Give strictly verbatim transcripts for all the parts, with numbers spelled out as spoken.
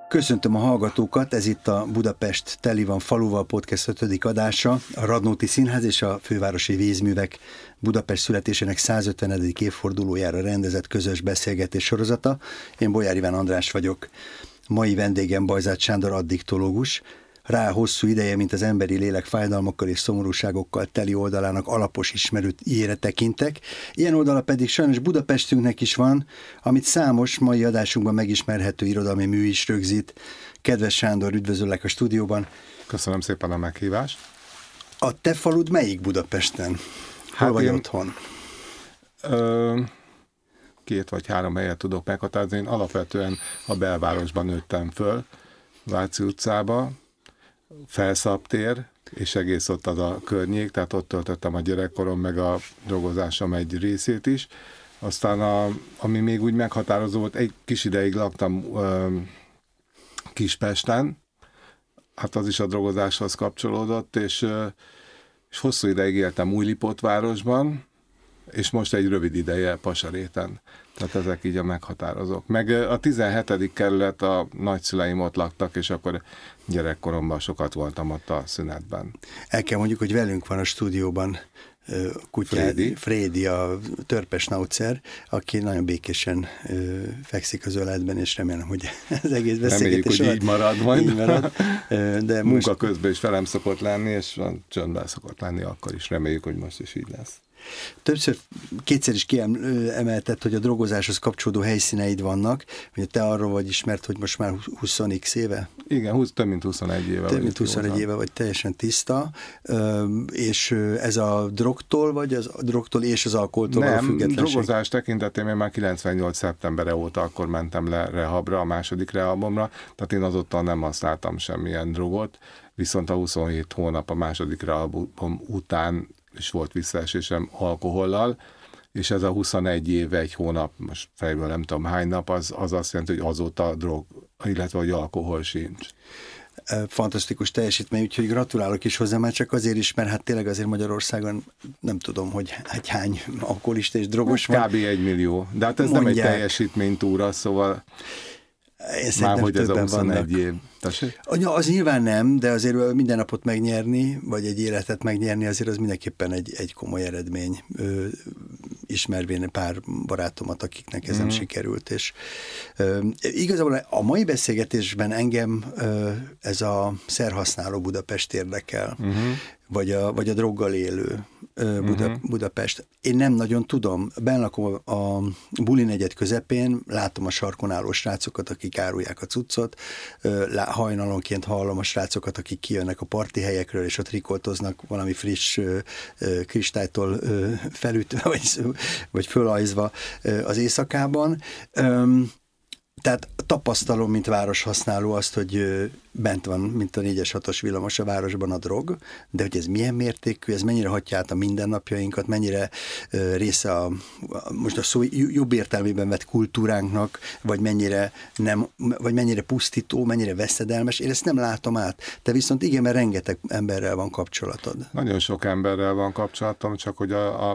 Köszöntöm a hallgatókat, ez itt a Budapest Teli van faluval podcast ötödik adása, a Radnóti Színház és a Fővárosi Vízművek Budapest születésének százötvenedik évfordulójára rendezett közös beszélgetés sorozata. Én Bolyár Iván András vagyok, mai vendégem Bajzáth Sándor addiktológus. Rá hosszú ideje, mint az emberi lélek fájdalmakkal és szomorúságokkal teli oldalának alapos ismerőjére tekintek. Ilyen oldala pedig sajnos Budapestünknek is van, amit számos mai adásunkban megismerhető irodalmi mű is rögzít. Kedves Sándor, üdvözöllek a stúdióban. Köszönöm szépen a meghívást. A te falud melyik Budapesten? Hol hát vagy én, otthon? Ö, két vagy három helyet tudok meghatározni. Én alapvetően a belvárosban nőttem föl, Váci utcába, Felszabtér, és egész ott az a környék, tehát ott töltöttem a gyerekkorom, meg a drogozásom egy részét is. Aztán, a, ami még úgy meghatározó volt, egy kis ideig laktam ö, Kispesten, hát az is a drogozáshoz kapcsolódott, és, ö, és hosszú ideig éltem Újlipótvárosban, és most egy rövid ideje Pasaréten. Tehát ezek így a meghatározók. Meg a tizenhetedik kerület, a nagyszüleim ott laktak, és akkor gyerekkoromban sokat voltam ott a szünetben. El kell mondjuk, hogy velünk van a stúdióban Kutyád, Frédi. Frédi, a törpe schnauzer, aki nagyon békésen ö, fekszik az öletben, és remélem, hogy az egész beszélgetés Reméljük, hogy így marad majd. Így marad. De munka most... közben is velem szokott lenni, és csöndben szokott lenni, akkor is reméljük, hogy most is így lesz. Többször, kétszer is kiemeltett, hogy a drogozáshoz kapcsolódó helyszíneid vannak, hogy te arról vagy ismert, hogy most már húsz x éve? Igen, húsz, több mint huszonegy éve. Több mint huszonegy éve vagy teljesen tiszta, és ez a drogtól, vagy az a drogtól és az alkoholtól való függetlenség? Nem, drogozás tekintetén én már kilencvennyolc szeptembere óta akkor mentem le rehabra, a második rehabomra, tehát én azóta nem használtam semmilyen drogot, viszont a huszonhét hónap a második rehabom után és volt visszaesésem alkohollal, és ez a huszonegy év, egy hónap, most fejből nem tudom hány nap, az, az azt jelenti, hogy azóta drog, illetve hogy alkohol sincs. Fantasztikus teljesítmény, úgyhogy gratulálok is hozzá, már csak azért is, mert hát tényleg azért Magyarországon nem tudom, hogy hány alkoholista és drogos van. Kb. egy millió, de hát ez mondják. Nem egy teljesítménytúra, szóval én már hogy ez a huszonegy év. Ja, az nyilván nem, de azért minden napot megnyerni, vagy egy életet megnyerni, azért az mindenképpen egy, egy komoly eredmény. Ö, ismervén pár barátomat, akiknek ez mm. nem sikerült. És ö, igazából a mai beszélgetésben engem ö, ez a szerhasználó Budapest érdekel, mm-hmm. vagy, a, vagy a droggal élő ö, Buda, mm-hmm. Budapest. Én nem nagyon tudom. Benn lakom a Buli negyed közepén, látom a sarkon álló srácokat, akik árulják a cuccot, ö, hajnalonként hallom a srácokat, akik kijönnek a parti helyekről, és ott rikoltoznak valami friss ö, ö, kristálytól ö, felütve, vagy, vagy fölajzva ö, az éjszakában. Ö, tehát tapasztalom, mint városhasználó azt, hogy ö, bent van, mint a négyes hatos villamos a városban a drog, de hogy ez milyen mértékű, ez mennyire hatja át a mindennapjainkat, mennyire ö, része a, most a szó jobb értelmében vett kultúránknak, vagy mennyire, nem, vagy mennyire pusztító, mennyire veszedelmes, én ezt nem látom át. Te viszont igen, mert rengeteg emberrel van kapcsolatod. Nagyon sok emberrel van kapcsolatom, csak hogy a, a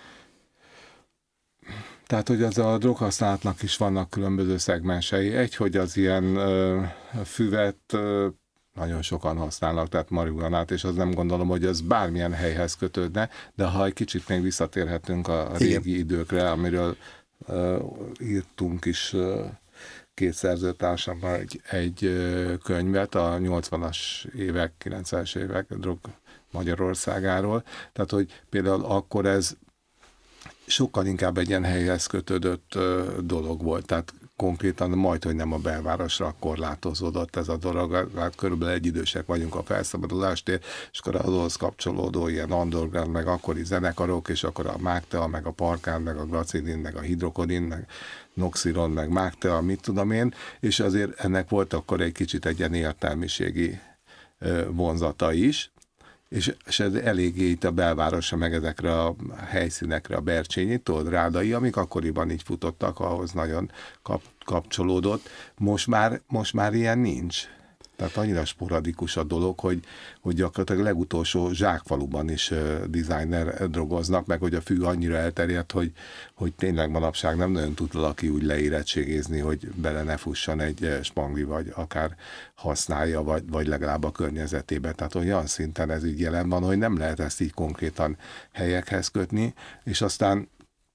Tehát, hogy az a droghasználatnak is vannak különböző szegmensei. Egy, hogy az ilyen ö, füvet ö, nagyon sokan használnak, tehát marihuanát, és az nem gondolom, hogy ez bármilyen helyhez kötődne, de ha egy kicsit még visszatérhetünk a régi Igen. időkre, amiről ö, írtunk is ö, két szerzőtársammal egy, egy ö, könyvet a nyolcvanas évek, kilencvenes évek drog Magyarországáról. Tehát, hogy például akkor ez sokkal inkább egy ilyen helyhez kötődött ö, dolog volt, tehát konkrétan majd, hogy nem a belvárosra korlátozódott ez a dolog, hát körülbelül egyidősek vagyunk a Felszabadulástól, és akkor ahhoz kapcsolódó ilyen underground, meg akkori zenekarok, és akkor a Mágtea, meg a Parkán, meg a Glacidin, meg a Hidrokodin, meg Noxiron, meg Mágtea, mit tudom én, és azért ennek volt akkor egy kicsit egy ilyen értelmiségi ö, vonzata is, És, és ez eléggé itt a belvárosra, meg ezekre a helyszínekre, a Bercsényi, tudod, Rádai, amik akkoriban így futottak, ahhoz nagyon kap, kapcsolódott. Most már, most már ilyen nincs. Tehát annyira sporadikus a dolog, hogy, hogy gyakorlatilag legutolsó zsákfaluban is uh, designer drogoznak, meg hogy a fű annyira elterjedt, hogy, hogy tényleg manapság nem nagyon tud valaki úgy leérettségizni, hogy bele ne fusson egy spangli, vagy akár használja, vagy, vagy legalább a környezetébe. Tehát olyan szinten ez így jelen van, hogy nem lehet ezt így konkrétan helyekhez kötni, és aztán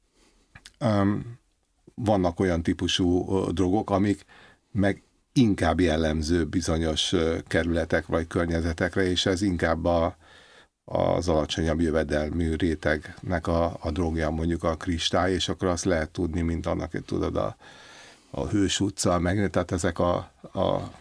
um, vannak olyan típusú uh, drogok, amik meg inkább jellemző bizonyos kerületek vagy környezetekre, és ez inkább a, az alacsonyabb jövedelmű rétegnek a, a drogja, mondjuk a kristály, és akkor azt lehet tudni, mint annak, hogy tudod, a, a Hős utca, meg, tehát ezek a, a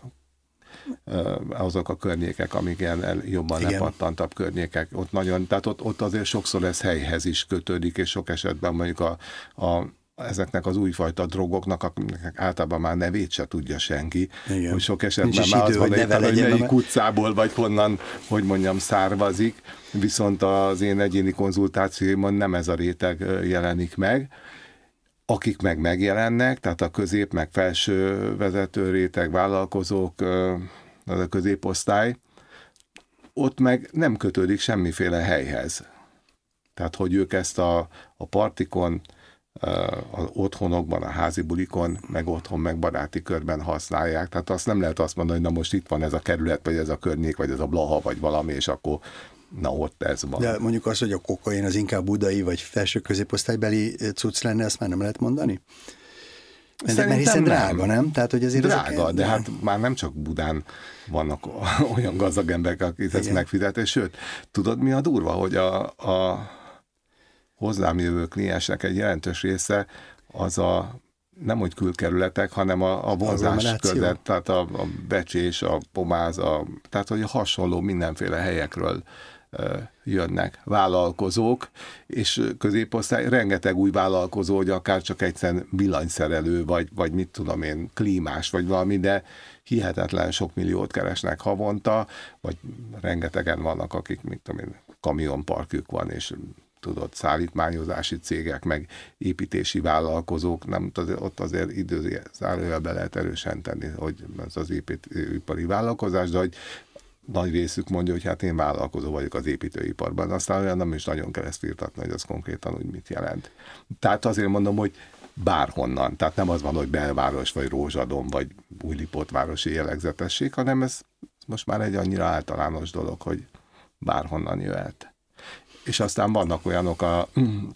azok a környékek, amik ilyen jobban lepattantabb környékek, ott nagyon, tehát ott, ott azért sokszor ez helyhez is kötődik, és sok esetben mondjuk a, a ezeknek az újfajta drogoknak, akiknek általában már nevét se tudja senki, igen. Hogy sok esetben már idő, az van éppen, hogy melyik mert... utcából, vagy honnan, hogy mondjam, származik, viszont az én egyéni konzultációimon nem ez a réteg jelenik meg. Akik meg megjelennek, tehát a közép, meg felső vezető réteg, vállalkozók, az a középosztály, ott meg nem kötődik semmiféle helyhez. Tehát, hogy ők ezt a, a partikon, az otthonokban, a házi bulikon, meg otthon, meg baráti körben használják. Tehát azt nem lehet azt mondani, hogy na most itt van ez a kerület, vagy ez a környék, vagy ez a Blaha, vagy valami, és akkor na ott ez van. De mondjuk azt, hogy a kokain az inkább budai, vagy felső középosztálybeli cucc lenne, azt már nem lehet mondani? Mert, mert hiszen drága, nem? nem? Tehát, hogy azért drága, ezek... de hát már nem csak Budán vannak olyan gazdag emberek, akik ezt megfizetik. Sőt, tudod mi a durva, hogy a, a hozzám jövő kliensek egy jelentős része az a nem hogy külkerületek, hanem a, a vonzás között, tehát a, a Becsés, a Pomáz, a, tehát hogy hasonló mindenféle helyekről uh, jönnek vállalkozók, és középosztály, rengeteg új vállalkozó, hogy akár csak egyszerűen villanyszerelő, vagy, vagy mit tudom én, klímás, vagy valami, de hihetetlen sok milliót keresnek havonta, vagy rengetegen vannak, akik, mit tudom én, kamionparkjuk van, és tudod, szállítmányozási cégek, meg építési vállalkozók, nem, ott azért időzárójelbe lehet erősen tenni, hogy ez az építőipari vállalkozás, de hogy nagy részük mondja, hogy hát én vállalkozó vagyok az építőiparban, aztán olyan nem is nagyon kell ezt firtatni, hogy az konkrétan úgy mit jelent. Tehát azért mondom, hogy bárhonnan, tehát nem az van, hogy belváros, vagy Rózsadom, vagy Újlipótvárosi jellegzetesség, hanem ez most már egy annyira általános dolog, hogy bárhonnan jöhet. És aztán vannak olyanok, a,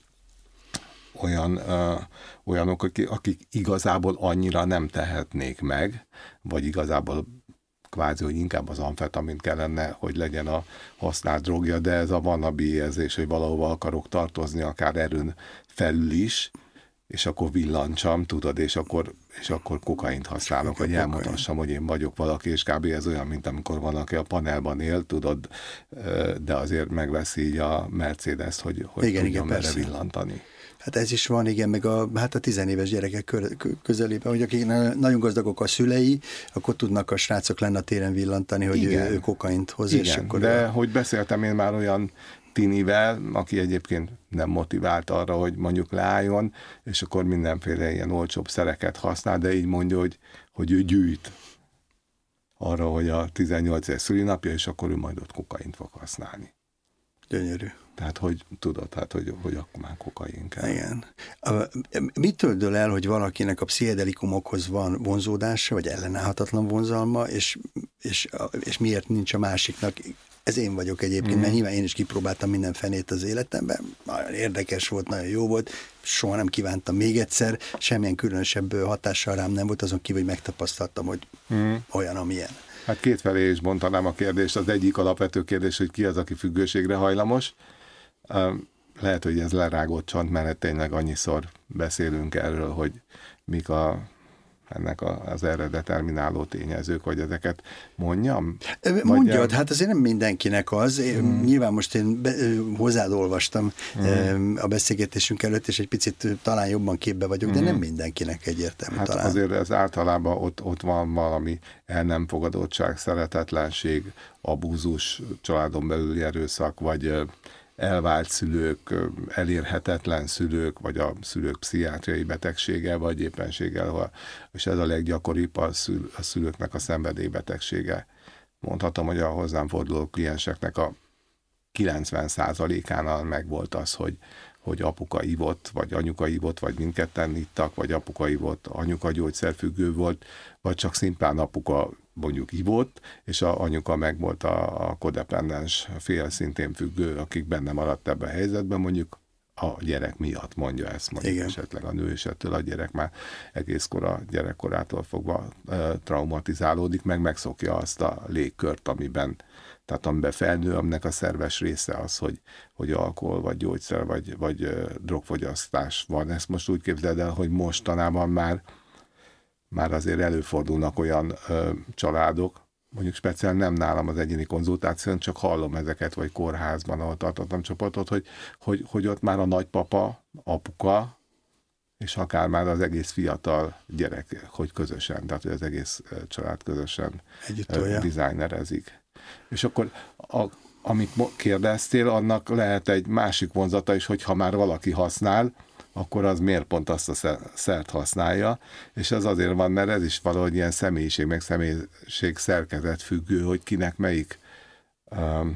olyan, ö, olyanok akik, akik igazából annyira nem tehetnék meg, vagy igazából kvázi, hogy inkább az amfetamin kellene, hogy legyen a használt drogja, de ez a wannabe érzés, hogy valahova akarok tartozni, akár erőn felül is, és akkor villancsam, tudod, és akkor, és akkor kokaint használok, hogy elmutassam, hogy én vagyok valaki, és kb. Ez olyan, mint amikor valaki a panelban él, tudod, de azért megveszi így a Mercedes-t, hogy, hogy igen, tudjam igen, erre villantani. Hát ez is van, igen, meg a, hát a tizenéves gyerekek közelében, hogy akik nagyon gazdagok a szülei, akkor tudnak a srácok lenne a téren villantani, hogy igen. ő, ő kokaint hoz. Igen, és akkor de a... hogy beszéltem én már olyan tinivel, aki egyébként nem motivált arra, hogy mondjuk leálljon, és akkor mindenféle ilyen olcsóbb szereket használ, de így mondja, hogy, hogy ő gyűjt arra, hogy a tizennyolc éves szülinapja, és akkor ő majd ott kokaint fog használni. Gyönyörű. Tehát, hogy tudod, hát, hogy, hogy akkor már kokain kell. Igen. Mitől dől el, hogy valakinek a pszichedelikumokhoz van vonzódása, vagy ellenállhatatlan vonzalma, és, és, és miért nincs a másiknak? Ez én vagyok egyébként, mm. mert nyilván én is kipróbáltam minden fenét az életemben, nagyon érdekes volt, nagyon jó volt, soha nem kívántam még egyszer, semmilyen különösebb hatással rám nem volt, azon kívül, hogy megtapasztaltam, hogy mm. olyan, amilyen. Hát kétfelé is bontanám a kérdést. Az egyik alapvető kérdés, hogy ki az, aki függőségre hajlamos. Lehet, hogy ez lerágott csont, mert tényleg annyiszor beszélünk erről, hogy mik a ennek a, az erre determináló tényezők, hogy ezeket mondjam? Mondjad, vagy, hát azért nem mindenkinek az. Én, hmm. Nyilván most én be, hozzád olvastam hmm. a beszélgetésünk előtt, és egy picit talán jobban képbe vagyok, hmm. de nem mindenkinek egyértelmű hát talán. Azért ez általában ott, ott van valami el nem fogadottság, szeretetlenség, abúzus, családon belüli erőszak, vagy elvált szülők, elérhetetlen szülők, vagy a szülők pszichiátriai betegsége, vagy éppenséggel, és ez a leggyakoribb a, szül, a szülőknek a szenvedélybetegsége. Mondhatom, hogy a hozzám forduló klienseknek a kilencven százalékánál megvolt az, hogy, hogy apuka ivott, vagy anyuka ivott, vagy mindketten ittak, vagy apuka ivott, anyuka gyógyszerfüggő volt, vagy csak szimplán apuka mondjuk ivott, és a anyuka meg volt a, a kodependens fél szintén függő, akik benne maradt ebben a helyzetben, mondjuk a gyerek miatt mondja ezt, mondjuk igen. Esetleg a nő, és ettől a gyerek már egész kora gyerekkorától fogva e, traumatizálódik, meg megszokja azt a légkört, amiben, tehát amiben felnő, aminek a szerves része az, hogy, hogy alkohol, vagy gyógyszer, vagy, vagy e, drogfogyasztás van. Ezt most úgy képzeld el, hogy mostanában már már azért előfordulnak olyan ö, családok, mondjuk speciál nem nálam az egyéni konzultáción, csak hallom ezeket, vagy kórházban, ahol tartottam csoportot, hogy, hogy, hogy ott már a nagypapa, apuka, és akár már az egész fiatal gyerek, hogy közösen, tehát hogy az egész család közösen designerezik. És akkor a, amit kérdeztél, annak lehet egy másik vonzata is, hogy ha már valaki használ, akkor az miért pont azt a szert használja, és ez azért van, mert ez is valahogy ilyen személyiség, meg személyiség szerkezet függő, hogy kinek melyik, um,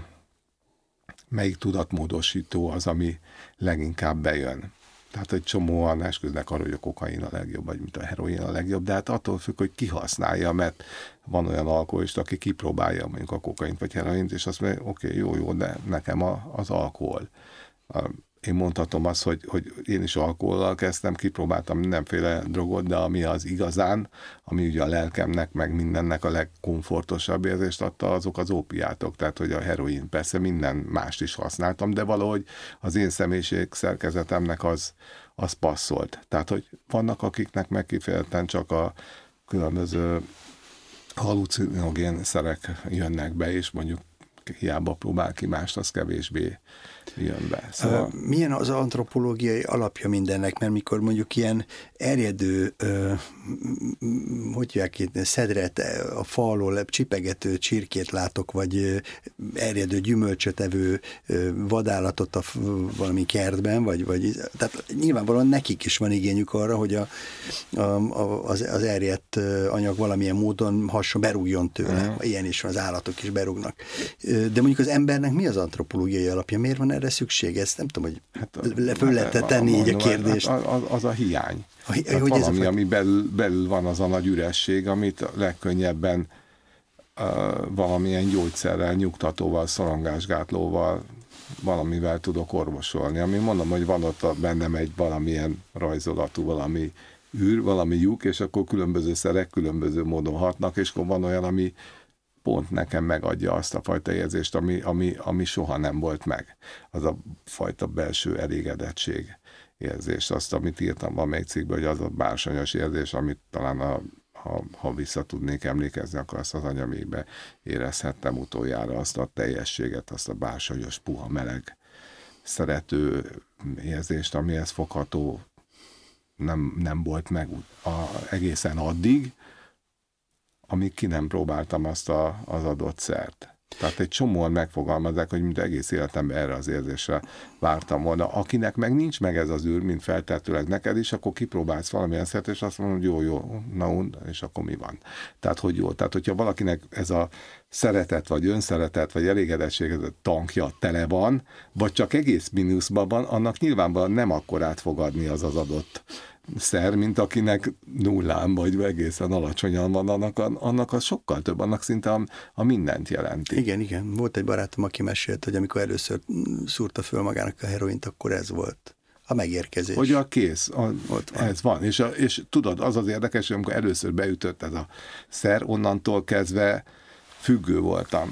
melyik tudatmódosító az, ami leginkább bejön. Tehát egy csomóan esküdnek arra, hogy a kokain a legjobb, vagy mint a heroin a legjobb, de hát attól függ, hogy ki használja, mert van olyan alkoholista, aki kipróbálja mondjuk a kokaint vagy heroint, és azt mondja, oké, okay, jó, jó, de nekem a, az alkohol. Én mondhatom azt, hogy, hogy én is alkohollal kezdtem, kipróbáltam mindenféle drogot, de ami az igazán, ami ugye a lelkemnek, meg mindennek a legkomfortosabb érzést adta, azok az ópiátok. Tehát, hogy a heroin, persze minden mást is használtam, de valahogy az én személyiség szerkezetemnek az, az passzolt. Tehát, hogy vannak, akiknek meg kifejezetten csak a különböző halucinogén szerek jönnek be, és mondjuk hiába próbál ki mást, az kevésbé jön be. Szóval... Milyen az antropológiai alapja mindennek, mert mikor mondjuk ilyen erjedő, hogy hívják itt, szedret a fa alól csipegető csirkét látok, vagy erjedő gyümölcsöt evő vadállatot a valami kertben, vagy, vagy tehát nyilvánvalóan nekik is van igényük arra, hogy a, a, az, az erjedt anyag valamilyen módon hasonló, berúgjon tőle. Uh-huh. Ilyen is van, az állatok is berúgnak. De mondjuk az embernek mi az antropológiai alapja? Miért van erre szükség? Ezt nem tudom, hogy hát, föl lehet tenni így a kérdést. Hát az, az a hiány. A, hi- hogy valami, a... ami belül, belül van, az a nagy üresség, amit legkönnyebben uh, valamilyen gyógyszerrel, nyugtatóval, szorongásgátlóval, valamivel tudok orvosolni. Ami mondom, hogy van ott a, bennem egy valamilyen rajzolatú, valami űr, valami lyuk, és akkor különböző szerek különböző módon hatnak, és akkor van olyan, ami pont nekem megadja azt a fajta érzést, ami, ami, ami soha nem volt meg. Az a fajta belső elégedettség érzés. Azt, amit írtam valamelyik cikkben, hogy az a bársonyos érzés, amit talán a, ha, ha vissza tudnék emlékezni, akkor azt az anyamékbe érezhettem utoljára, azt a teljességet, azt a bársonyos, puha, meleg, szerető érzést, amihez fogható nem, nem volt meg a, egészen addig, amíg ki nem próbáltam azt a, az adott szert. Tehát egy csomóan megfogalmazzák, hogy mint egész életemben erre az érzésre vártam volna. Akinek meg nincs meg ez az űr, mint feltehetőleg neked is, akkor kipróbálsz valamilyen szert, és azt mondod, hogy jó, jó, na, és akkor mi van? Tehát, hogy jó. Tehát, hogyha valakinek ez a szeretet, vagy önszeretet, vagy elégedettség ez a tankja tele van, vagy csak egész mínuszban van, annak nyilvánvalóan nem akkor átfogadni az az adott szer, mint akinek nullán vagy egészen alacsonyan van, annak, annak az sokkal több, annak szinte a, a mindent jelenti. Igen, igen. Volt egy barátom, aki mesélt, hogy amikor először szúrta föl magának a heroint, akkor ez volt a megérkezés. Hogy a kész, a, ott van. Ez van. És, a, és tudod, az az érdekes, hogy amikor először beütött ez a szer, onnantól kezdve függő voltam.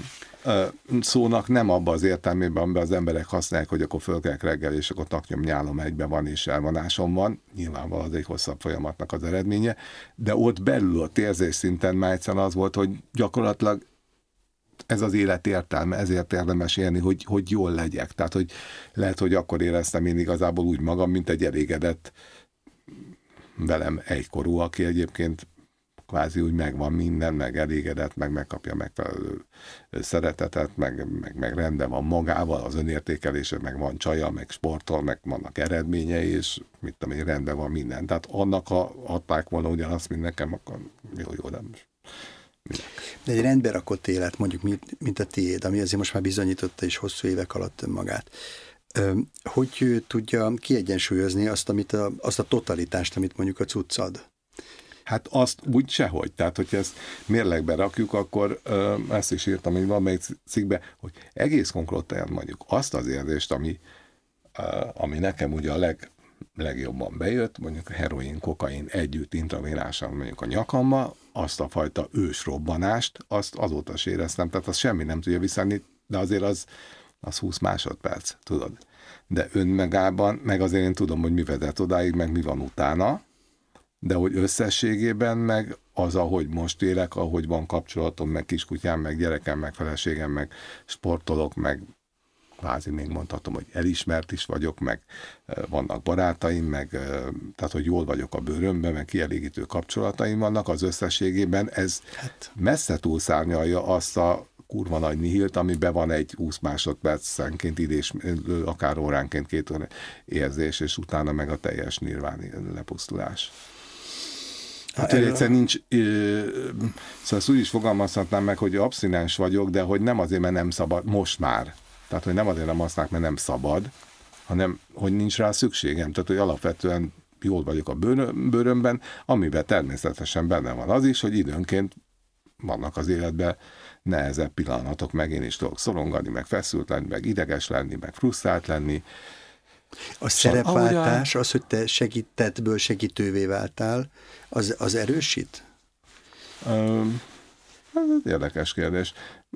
Szónak nem abban az értelmében, amiben az emberek használják, hogy akkor fölkelek reggel, és akkor taknyom, nyálom, egyben van, és elvonásom van. Nyilvánvalóan az egy hosszabb folyamatnak az eredménye, de ott belül a érzés szinten már egyszerűen az volt, hogy gyakorlatilag ez az élet értelme, ezért érdemes élni, hogy, hogy jól legyek. Tehát, hogy lehet, hogy akkor éreztem én igazából úgy magam, mint egy elégedett velem egykorú, aki egyébként kvázi úgy megvan minden, meg elégedett, meg megkapja megfelelő szeretetet, meg, meg, meg rendben van magával, az önértékelése, meg van csaja, meg sportol, meg vannak eredményei, és mit tudom én, rendben van minden. Tehát annak, ha adták volna ugyanazt, mint nekem, akkor jó, jó, nem. De egy rendbe rakott élet, mondjuk, mint, mint a tiéd, ami azért most már bizonyította is hosszú évek alatt önmagát. Hogy tudja kiegyensúlyozni azt, amit a, azt a totalitást, amit mondjuk a cucc ad? Hát azt úgy sehogy. Tehát, hogyha ezt mérlegbe rakjuk, akkor ö, ezt is írtam, hogy valamelyik cikkben, hogy egész konkrétan mondjuk azt az érzést, ami, ö, ami nekem ugye a leg, legjobban bejött, mondjuk a heroin, kokain együtt intravénásan mondjuk a nyakamba, azt a fajta ősrobbanást, azt azóta is éreztem, tehát azt semmi nem tudja visszaadni, de azért az, az húsz másodperc, tudod. De önmagában, meg azért én tudom, hogy mi vezet odáig, meg mi van utána, de hogy összességében meg az, ahogy most élek, ahogy van kapcsolatom, meg kiskutyám, meg gyerekem, meg feleségem, meg sportolok, meg kvázi még mondhatom, hogy elismert is vagyok, meg vannak barátaim, meg tehát, hogy jól vagyok a bőrömben, meg kielégítő kapcsolataim vannak, az összességében ez hát messze túlszárnyalja azt a kurva nagy nihilt, amiben van egy húsz másodpercenként idés, akár óránként két óra érzés, és utána meg a teljes nirváni lepusztulás. Hát, hogy egyszer nincs, ö, szóval ezt úgy is fogalmazhatnám meg, hogy abszinens vagyok, de hogy nem azért, mert nem szabad, most már. Tehát, hogy nem azért nem használok, mert nem szabad, hanem, hogy nincs rá szükségem. Tehát, hogy alapvetően jól vagyok a bőrömben, amiben természetesen benne van az is, hogy időnként vannak az életben nehezebb pillanatok, meg én is tudok szorongani, meg feszült lenni, meg ideges lenni, meg frusztrált lenni. A szerepváltás, az, hogy te segítettből segítővé váltál, az, az erősít? Um, ez egy érdekes kérdés.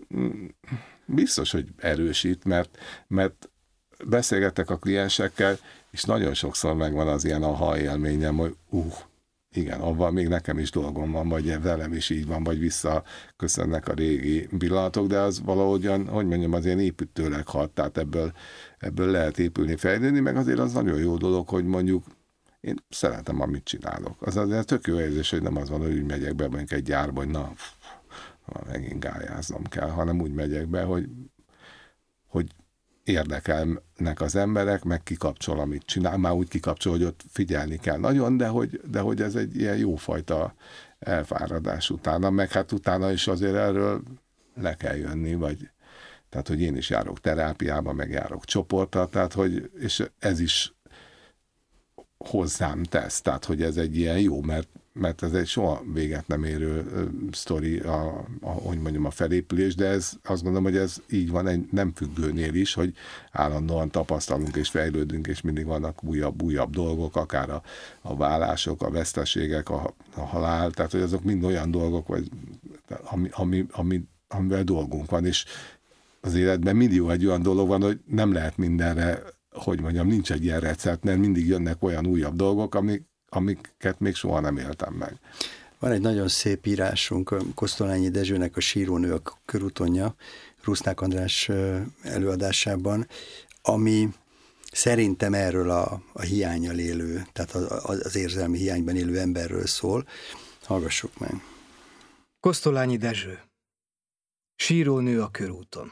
Biztos, hogy erősít, mert, mert beszélgetek a kliensekkel, és nagyon sokszor megvan az ilyen aha élményem, hogy uh, igen, avval még nekem is dolgom van, vagy velem is így van, vagy visszaköszönnek a régi pillanatok, de az valahogyan, hogy mondjam, az ilyen építőleg hat, tehát ebből, ebből lehet épülni, fejlődni, meg azért az nagyon jó dolog, hogy mondjuk én szeretem, amit csinálok. Az azért tök jó érzés, hogy nem az van, hogy úgy megyek be mondjuk egy gyárba, hogy na, megint gályáznom kell, hanem úgy megyek be, hogy, hogy érdekelnek az emberek, meg kikapcsol, amit csinál, már úgy kikapcsol, hogy ott figyelni kell nagyon, de hogy, de hogy ez egy ilyen jófajta elfáradás utána, meg hát utána is azért erről le kell jönni, vagy tehát, hogy én is járok terápiába, meg járok csoportra, tehát, hogy, és ez is hozzám tesz, tehát, hogy ez egy ilyen jó, mert, mert ez egy soha véget nem érő uh, sztori, a, a, hogy mondjam, a felépülés, de ez, azt gondolom, hogy ez így van egy nem függőnél is, hogy állandóan tapasztalunk és fejlődünk, és mindig vannak újabb, újabb dolgok, akár a, a vállások, a veszteségek, a, a halál, tehát, hogy azok mind olyan dolgok, vagy, ami, ami, ami, amivel dolgunk van, és az életben millió egy olyan dolog van, hogy nem lehet mindenre, hogy mondjam, nincs egy ilyen recept, mert mindig jönnek olyan újabb dolgok, amik, amiket még soha nem éltem meg. Van egy nagyon szép írásunk, Kosztolányi Dezsőnek a Sírónő a körútonja, Rusznák András előadásában, ami szerintem erről a, a hiánnyal élő, tehát az, az érzelmi hiányban élő emberről szól. Hallgassuk meg. Kosztolányi Dezső. Sírónő a körúton.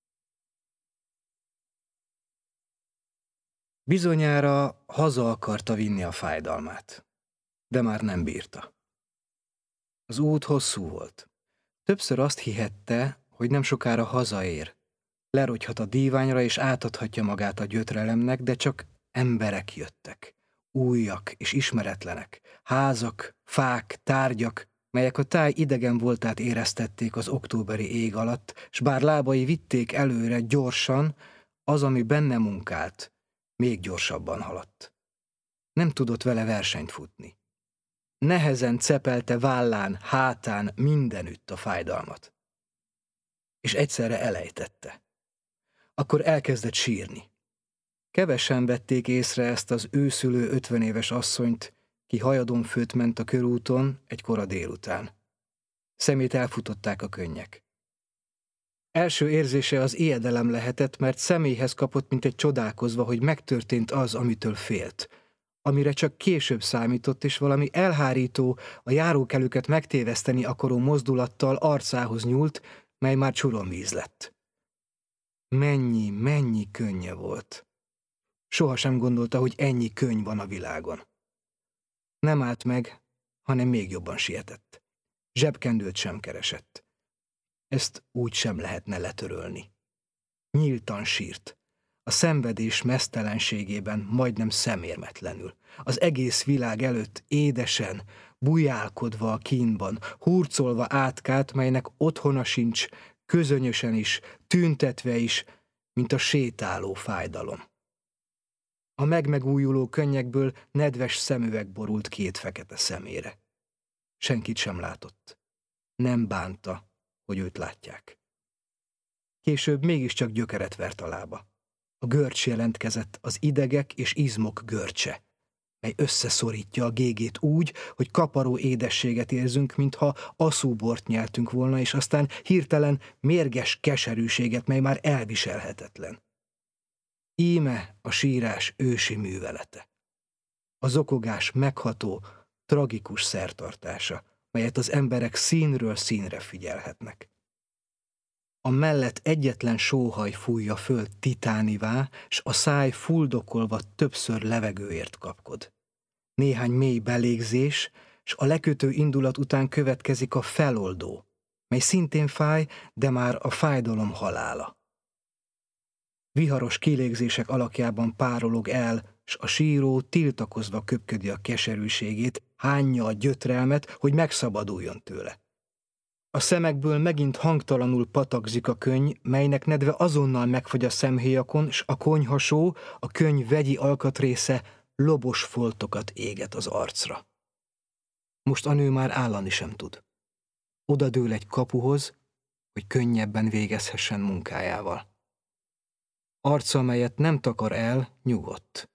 Bizonyára haza akarta vinni a fájdalmát, de már nem bírta. Az út hosszú volt. Többször azt hihette, hogy nem sokára hazaér. Lerogyhat a díványra és átadhatja magát a gyötrelemnek, de csak emberek jöttek. Újak és ismeretlenek. Házak, fák, tárgyak, melyek a táj idegen voltát éreztették az októberi ég alatt, s bár lábai vitték előre gyorsan, az, ami benne munkált, még gyorsabban haladt. Nem tudott vele versenyt futni. Nehezen cepelte vállán, hátán, mindenütt a fájdalmat. És egyszerre elejtette. Akkor elkezdett sírni. Kevesen vették észre ezt az őszülő ötvenéves asszonyt, ki hajadon főtt ment a körúton egy kora délután. Szemét elfutották a könnyek. Első érzése az ijedelem lehetett, mert személyhez kapott, mint egy csodálkozva, hogy megtörtént az, amitől félt. amire csak később számított, és valami elhárító, a járókelőket megtéveszteni akaró mozdulattal arcához nyúlt, mely már csuromvíz lett. Mennyi, mennyi könnye volt. Sohasem gondolta, hogy ennyi könny van a világon. Nem állt meg, hanem még jobban sietett. Zsebkendőt sem keresett. Ezt úgy sem lehetne letörölni. Nyíltan sírt. A szenvedés meztelenségében majdnem szemérmetlenül. Az egész világ előtt édesen, bujálkodva a kínban, hurcolva átkát, melynek otthona sincs, közönyösen is, tüntetve is, mint a sétáló fájdalom. A megmegújuló könnyekből nedves szemüveg borult két fekete szemére. Senkit sem látott. Nem bánta, hogy őt látják. Később mégiscsak gyökeret vert a lába. A görcs jelentkezett, az idegek és izmok görcse, mely összeszorítja a gégét úgy, hogy kaparó édességet érzünk, mintha aszúbort nyeltünk volna, és aztán hirtelen mérges keserűséget, mely már elviselhetetlen. Íme a sírás ősi művelete. A zokogás megható, tragikus szertartása, melyet az emberek színről színre figyelhetnek. A mellett egyetlen sóhaj fújja föl titánivá, s a száj fuldokolva többször levegőért kapkod. Néhány mély belégzés, s a lekötő indulat után következik a feloldó, mely szintén fáj, de már a fájdalom halála. Viharos kilégzések alakjában párolog el, s a síró tiltakozva köpködi a keserűségét, hányja a gyötrelmet, hogy megszabaduljon tőle. A szemekből megint hangtalanul patakzik a könny, melynek nedve azonnal megfagy a szemhéjakon, s a konyhasó, a könny vegyi alkatrésze lobos foltokat éget az arcra. Most a nő már állani sem tud. Odadől egy kapuhoz, hogy könnyebben végezhessen munkájával. Arca, melyet nem takar el, nyugodt.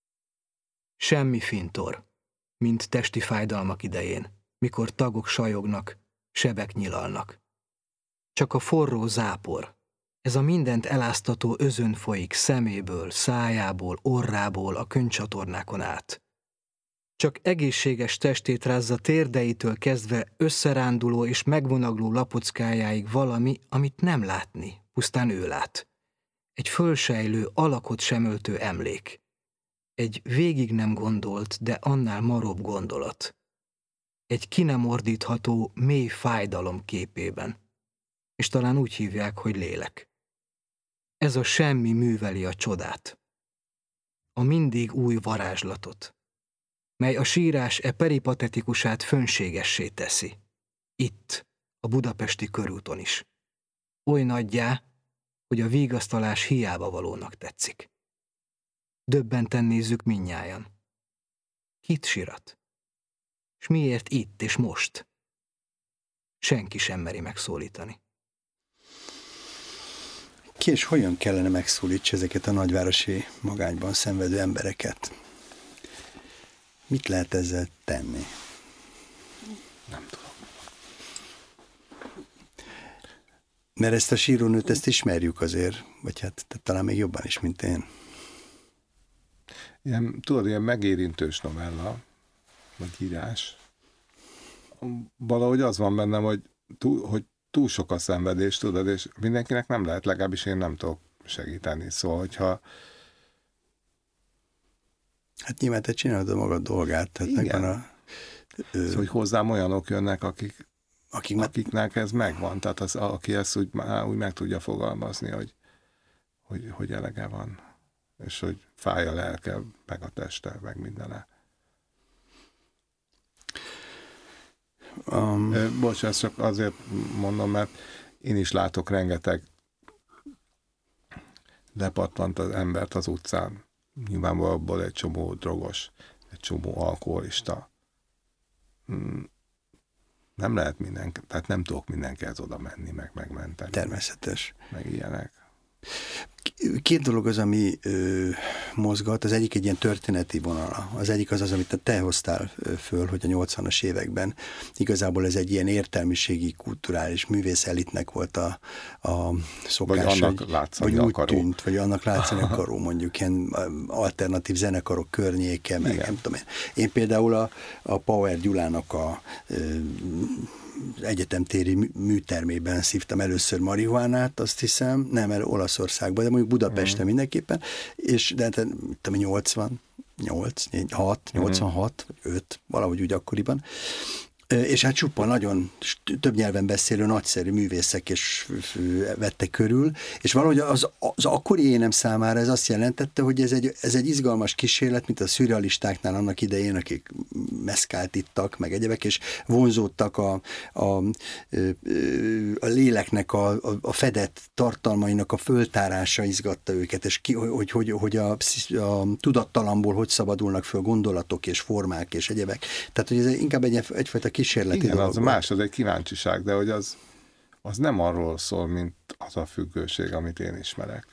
Semmi fintor, mint testi fájdalmak idején, mikor tagok sajognak, sebek nyilalnak. Csak a forró zápor, ez a mindent eláztató özön folyik szeméből, szájából, orrából a könnycsatornákon át. Csak egészséges testét rázza térdeitől kezdve összeránduló és megvonagló lapockájáig valami, amit nem látni, pusztán ő lát. Egy fölsejlő, alakot sem öltő emlék. Egy végig nem gondolt, de annál maróbb gondolat. Egy ki nem ordítható, mély fájdalom képében. És talán úgy hívják, hogy lélek. Ez a semmi műveli a csodát. A mindig új varázslatot, mely a sírás e peripatetikusát fönségessé teszi. Itt, a budapesti körúton is. Oly nagyjá, hogy a vigasztalás hiába valónak tetszik. Döbbenten nézzük mindnyájan. Kit sirat? S miért itt és most? Senki sem meri megszólítani. Ki és hogyan kellene megszólítsa ezeket a nagyvárosi magányban szenvedő embereket? Mit lehet ezzel tenni? Nem tudom. Mert ezt a sírónőt, ezt ismerjük azért, vagy hát talán még jobban is, mint én. Ilyen, tudod, ilyen megérintős novella, vagy írás. Valahogy az van bennem, hogy túl, hogy túl sok a szenvedés, tudod, és mindenkinek nem lehet, legalábbis én nem tudok segíteni. Szóval, hogyha... Hát nyilván te csinálod a magad dolgát. Tehát megvan a... Ö... Szóval, hogy hozzám olyanok jönnek, akik, akik akiknek ez megvan. Tehát az, aki ezt úgy, úgy meg tudja fogalmazni, hogy, hogy, hogy elege van. És hogy fáj a lelke, meg a teste, meg mindene. Um, Bocs, ezt csak azért mondom, mert én is látok rengeteg lepattant az embert az utcán. Nyilvánvalóan egy csomó drogos, egy csomó alkoholista. Nem lehet mindenki, tehát nem tudok mindenkihez oda menni, meg megmenteni. Természetes. Meg ilyenek. Két dolog az, ami ö, mozgat, az egyik egy ilyen történeti vonala. Az egyik az az, amit te hoztál föl, hogy a nyolcvanas években igazából ez egy ilyen értelmiségi, kulturális művész elitnek volt a, a szokás. Vagy annak látszani vagy úgy akaró. Tűnt, vagy annak látszani akaró, mondjuk ilyen alternatív zenekarok környéke, meg nem tudom én. Én például a, a Power Gyulának a ö, egyetemtéri műtermében szívtam először marihuánát, azt hiszem, nem, el Olaszországban, de mondjuk Budapesten mm. mindenképpen, és de hát, tudom, nyolcvannyolc, hat, nyolcvanhat, mm. öt, valahogy úgy akkoriban. És hát csupa nagyon több nyelven beszélő nagyszerű művészek és vettek körül, és valahogy az, az akkori énem számára ez azt jelentette, hogy ez egy, ez egy izgalmas kísérlet, mint a szürrealistáknál annak idején, akik meszkált ittak, meg egyebek, és vonzódtak a, a, a léleknek a, a, a fedett tartalmainak a föltárása izgatta őket, és ki, hogy, hogy, hogy a, a tudattalamból hogy szabadulnak föl gondolatok és formák és egyebek. Tehát, hogy ez inkább egy, egyfajta kísérleti igen, dolog. Az más, az egy kíváncsiság, de hogy az, az nem arról szól, mint az a függőség, amit én ismerek.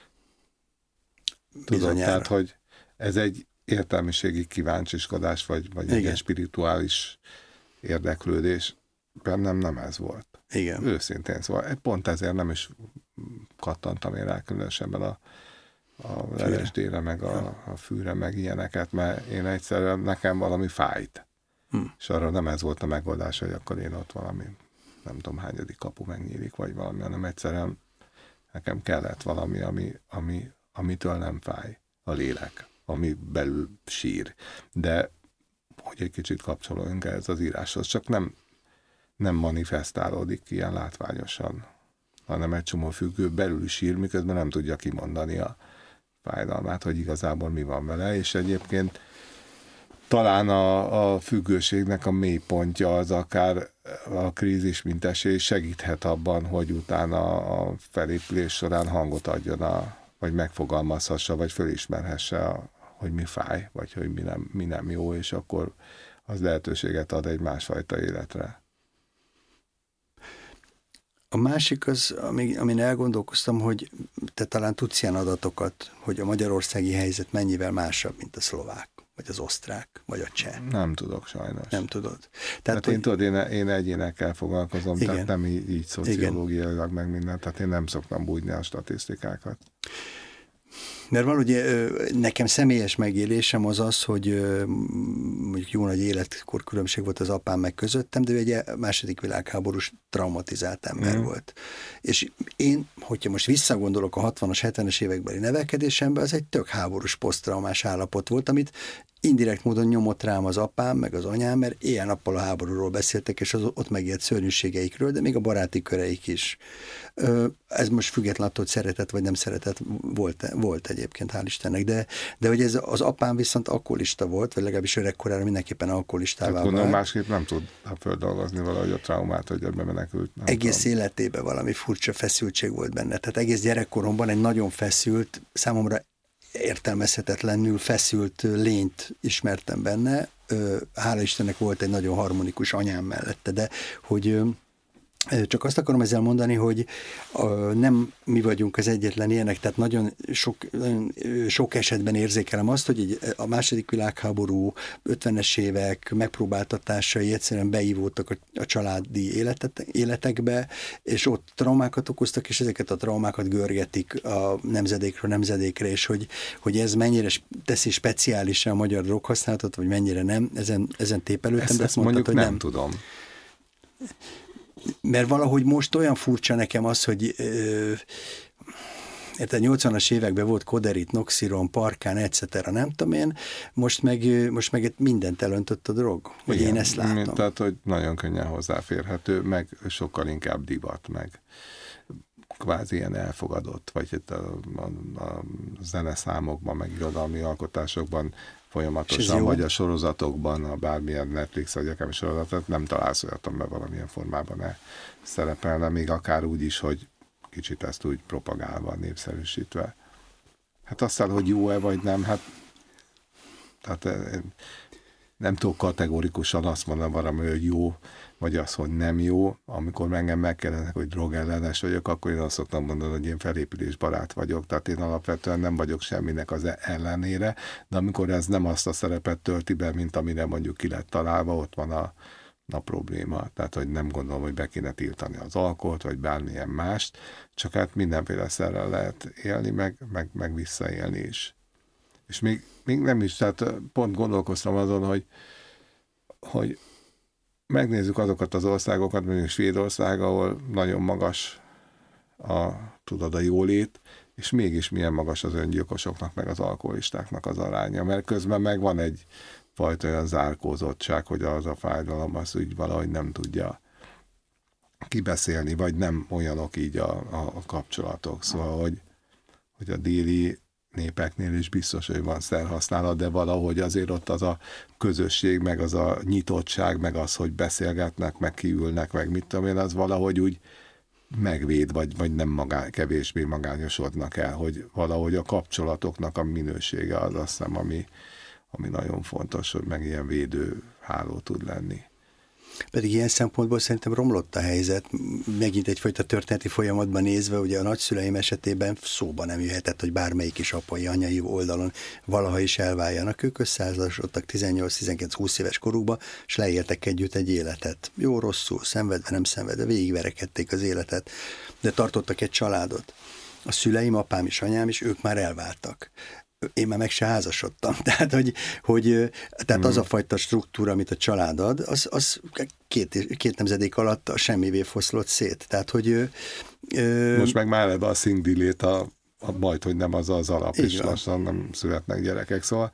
Tudom, tehát, hogy ez egy értelmiségi kíváncsiskodás, vagy, vagy egy spirituális érdeklődés. Bennem nem ez volt. Igen. Őszintén, szóval pont ezért nem is kattantam én rá különösebben a a el es dé-re, meg a, a fűre, meg ilyeneket, mert én egyszerűen nekem valami fájt. Hm. És arra nem ez volt a megoldás, hogy akkor én ott valami, nem tudom hányadik kapu megnyílik, vagy valami, hanem egyszerűen nekem kellett valami, ami, ami, amitől nem fáj a lélek, ami belül sír. De hogy egy kicsit kapcsolódjunk ez az íráshoz, csak nem, nem manifestálódik ilyen látványosan, hanem egy csomó függő belül sír, miközben nem tudja kimondani a fájdalmát, hogy igazából mi van vele, és egyébként talán a, a függőségnek a mélypontja az akár a krízis mint esély segíthet abban, hogy utána a felépülés során hangot adjon, a, vagy megfogalmazhassa, vagy fölismerhesse, a, hogy mi fáj, vagy hogy mi nem, mi nem jó, és akkor az lehetőséget ad egy másfajta életre. A másik az, amin elgondolkoztam, hogy te talán tudsz ilyen adatokat, hogy a magyarországi helyzet mennyivel másabb, mint a szlovák, vagy az osztrák, vagy a cseh. Nem tudok sajnos. Nem tudod. Tehát, tehát én, hogy... tudod, én, én egyénekkel foglalkozom, igen. Tehát nem így, így szociológiailag meg minden, tehát én nem szoktam bújni a statisztikákat. Mert valahogy nekem személyes megélésem az az, hogy mondjuk jó nagy életkor különbség volt az apám meg közöttem, de ő egy második világháborús traumatizált ember mm. volt. És én, hogyha most visszagondolok a hatvanas, hetvenes évekbeli nevelkedésembe, az egy tök háborús posztraumás állapot volt, amit indirekt módon nyomott rám az apám, meg az anyám, mert éjjel-nappal a háborúról beszéltek, és az ott megélt szörnyűségeikről, de még a baráti köreik is. Ez most független attól, hogy szeretett vagy nem szeretett, volt, volt egyébként, hál' Istennek, de, de hogy ez az apám viszont alkoholista volt, vagy legalábbis öregkorára mindenképpen alkoholistává vált. Gondolom másképp nem tud földolgozni valahogy a traumát, hogy ebben menekült. Egész tudom. Életében valami furcsa feszültség volt benne. Tehát egész gyerekkoromban egy nagyon feszült, számomra értelmezhetetlenül feszült lényt ismertem benne. Hála Istennek volt egy nagyon harmonikus anyám mellette, de hogy csak azt akarom ezzel mondani, hogy nem mi vagyunk az egyetlen ilyenek, tehát nagyon sok, nagyon sok esetben érzékelem azt, hogy a második világháború, ötvenes évek megpróbáltatásai egyszerűen beívódtak a, a családi életet, életekbe, és ott traumákat okoztak, és ezeket a traumákat görgetik a nemzedékről nemzedékre, és hogy, hogy ez mennyire teszi speciálisan a magyar droghasználatot, vagy mennyire nem, ezen, ezen tépelődtem. Ezt, de ezt mondjuk mondtad, nem, hogy nem tudom. Mert valahogy most olyan furcsa nekem az, hogy a nyolcvanas években volt Koderit, Noxiron, Parkán, et cetera. Nem tudom én, most meg, most meg mindent elöntött a drog, hogy igen, én ezt látom. Tehát, hogy nagyon könnyen hozzáférhető, meg sokkal inkább divat, meg kvázi ilyen elfogadott, vagy a, a, a zeneszámokban, meg irodalmi alkotásokban folyamatosan, vagy a sorozatokban, a bármilyen Netflix vagy akármi sorozatot, nem találsz olyat, amiben valamilyen formában el szerepelne, még akár úgy is, hogy kicsit ezt úgy propagálva, népszerűsítve. Hát aztán, hogy jó-e vagy nem, hát tehát nem tudok kategorikusan azt mondani valami, hogy jó, vagy az, hogy nem jó. Amikor engem megkérdezik, hogy drogellenes vagyok, akkor én azt szoktam mondani, hogy én felépülésbarát vagyok, tehát én alapvetően nem vagyok semminek az ellenére, de amikor ez nem azt a szerepet tölti be, mint amire mondjuk ki lett találva, ott van a, a probléma. Tehát, hogy nem gondolom, hogy be kéne tiltani az alkoholt, vagy bármilyen mást, csak hát mindenféle szerrel lehet élni, meg, meg, meg visszaélni is. És még, még nem is, tehát pont gondolkoztam azon, hogy, hogy megnézzük azokat az országokat, mondjuk Svédország, ahol nagyon magas a, tudod, a jólét, és mégis milyen magas az öngyilkosoknak, meg az alkoholistáknak az aránya, mert közben meg van egy fajta olyan zárkózottság, hogy az a fájdalom az úgy valahogy nem tudja kibeszélni, vagy nem olyanok így a, a, a kapcsolatok. Szóval, hogy, hogy a déli népeknél is biztos, hogy van szerhasználat, de valahogy azért ott az a közösség, meg az a nyitottság, meg az, hogy beszélgetnek, meg kiülnek, meg mit tudom én, az valahogy úgy megvéd, vagy, vagy nem magán, kevésbé magányosodnak el, hogy valahogy a kapcsolatoknak a minősége az azt hiszem, ami, ami nagyon fontos, hogy meg ilyen védő háló tud lenni. Pedig ilyen szempontból szerintem romlott a helyzet, megint egyfajta történeti folyamatban nézve, ugye a nagyszüleim esetében szóba nem jöhetett, hogy bármelyik is apai, anyai oldalon valaha is elváljanak. Ők összeházasodtak tizennyolc-tizenkilenc-húsz éves korukba, és leéltek együtt egy életet. Jó, rosszul, szenvedve, nem szenvedve, végigverekedték az életet, de tartottak egy családot. A szüleim, apám is, anyám is, ők már elváltak. Én már meg se házasodtam. Tehát, hogy, hogy tehát az a fajta struktúra, amit a család ad, az, az két, két nemzedék alatt a semmivé foszlott szét. Tehát, hogy... Ö, Most meg már ebbe a szingdilét a, a majd, hogy nem az az alap, és lassan nem születnek gyerekek, szóval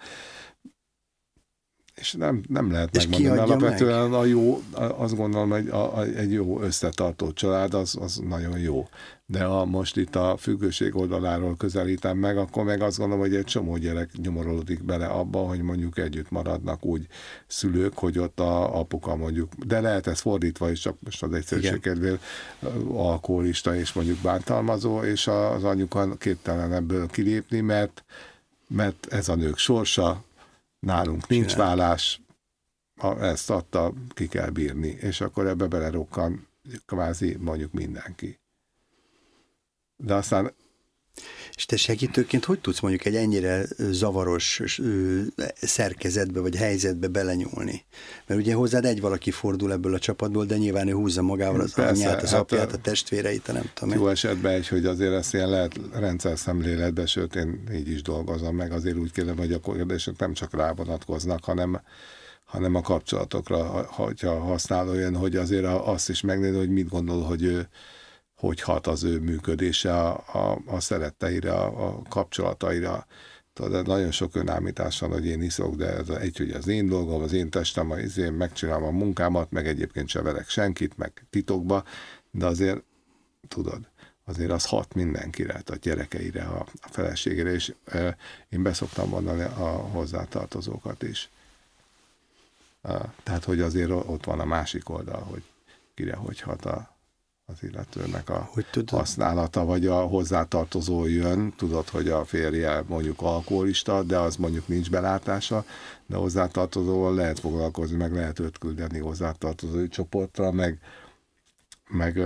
és nem, nem lehet és megmondani. Alapvetően meg? a jó, azt gondolom, hogy a, a, egy jó összetartó család, az, az nagyon jó. De ha most itt a függőség oldaláról közelítem meg, akkor meg azt gondolom, hogy egy csomó gyerek nyomorolódik bele abba, hogy mondjuk együtt maradnak úgy szülők, hogy ott a apuka mondjuk, de lehet ez fordítva is, csak most az egyszerűség kedvéért alkoholista és mondjuk bántalmazó, és az anyuka képtelen ebből kilépni, mert, mert ez a nők sorsa, nálunk nincs Csinál. vállás, ezt adta, ki kell bírni, és akkor ebbe belerokkan kvázi mondjuk mindenki. De aztán... És te segítőként hogy tudsz mondjuk egy ennyire zavaros szerkezetbe vagy helyzetbe belenyúlni? Mert ugye hozzád egy valaki fordul ebből a csapatból, de nyilván ő húzza magával az Persze, anyját, az hát apját, a testvéreit, nem tudom. Jó esetben egy, hogy azért ezt ilyen lehet rendszer szemléletbe, sőt én így is dolgozom meg, azért úgy kérdem, hogy a kérdések nem csak rá vonatkoznak, hanem hanem a kapcsolatokra, hogyha használó jön, hogy azért azt is megnézni, hogy mit gondol, hogy ő hogy hat az ő működése a, a, a szeretteire, a, a kapcsolataira. Tudod, nagyon sok önállítás van, hogy én iszok, de ez egy, hogy az én dolgom, az én testem, az én megcsinálom a munkámat, meg egyébként se verek senkit, meg titokba, de azért, tudod, azért az hat mindenkire, a gyerekeire, a, a feleségére, és e, én beszoktam mondani a hozzátartozókat is. E, tehát, hogy azért ott van a másik oldal, hogy kire hogy hat a az illetőnek a használata, vagy a hozzátartozó jön, tudod, hogy a férje mondjuk alkoholista, de az mondjuk nincs belátása, de hozzátartozóval lehet foglalkozni, meg lehet őt küldeni hozzátartozói csoportra, meg, meg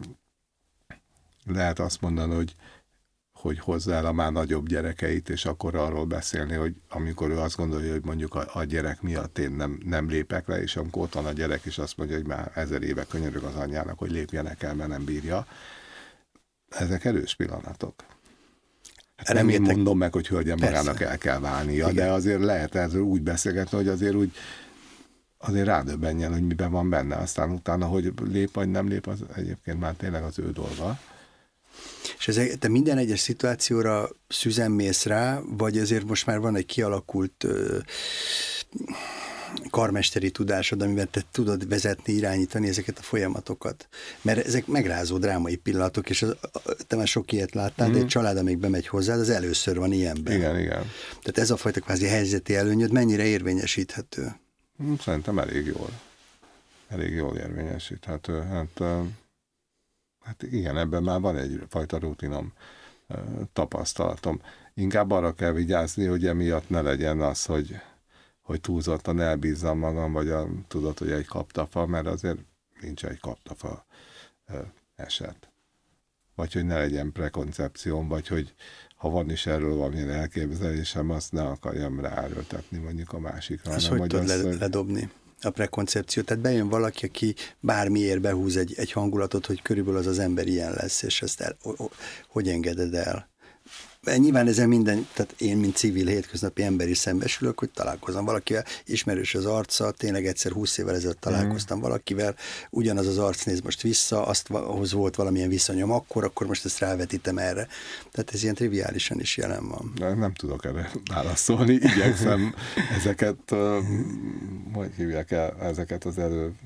lehet azt mondani, hogy hogy hozzá el a már nagyobb gyerekeit, és akkor arról beszélni, hogy amikor ő azt gondolja, hogy mondjuk a, a gyerek miatt én nem, nem lépek le, és amikor ott van a gyerek, és azt mondja, hogy már ezer éve könyörög az anyjának, hogy lépjenek el, mert nem bírja. Ezek erős pillanatok. Hát nem én mondom meg, hogy hölgyem magának el kell válnia, igen, de azért lehet erről úgy beszélgetni, hogy azért úgy azért rádöbbenjen, hogy miben van benne. Aztán utána, hogy lép vagy nem lép, az egyébként már tényleg az ő dolga. És ezek, te minden egyes szituációra szüzenmész rá, vagy azért most már van egy kialakult ö, karmesteri tudásod, amiben te tudod vezetni, irányítani ezeket a folyamatokat? Mert ezek megrázó drámai pillanatok, és az, te már sok ilyet láttál, mm. de egy család, amíg bemegy hozzád, az először van ilyenben. Igen, igen. Tehát ez a fajta kvázi helyzeti előnyöd mennyire érvényesíthető? Szerintem elég jól. Elég jól érvényesíthető. Hát... Hát igen, ebben már van egyfajta rutinom, tapasztalatom. Inkább arra kell vigyázni, hogy emiatt ne legyen az, hogy, hogy túlzottan elbízzam magam, vagy a, tudod, hogy egy kaptafa, mert azért nincs egy kaptafa ö, eset. Vagy hogy ne legyen prekoncepcióm, vagy hogy ha van is erről valamilyen elképzelésem, azt ne akarjam ráerőltetni mondjuk a másikra. Ezt hogy tudod le, hogy... ledobni a prekoncepciót? Tehát bejön valaki, aki bármiért behúz egy, egy hangulatot, hogy körülbelül az az ember ilyen lesz, és ezt el, hogy engeded el? Nyilván ezen minden, tehát én, mint civil hétköznapi ember is szembesülök, hogy találkozom valakivel, ismerős az arca, tényleg egyszer húsz évvel ezelőtt találkoztam mm. valakivel, ugyanaz az arc néz most vissza, azt, ahhoz volt valamilyen viszonyom akkor, akkor most ezt rávetítem erre. Tehát ez ilyen triviálisan is jelen van. Nem, nem tudok erre válaszolni, igyekszem ezeket, hogy hívják el, ezeket az elő...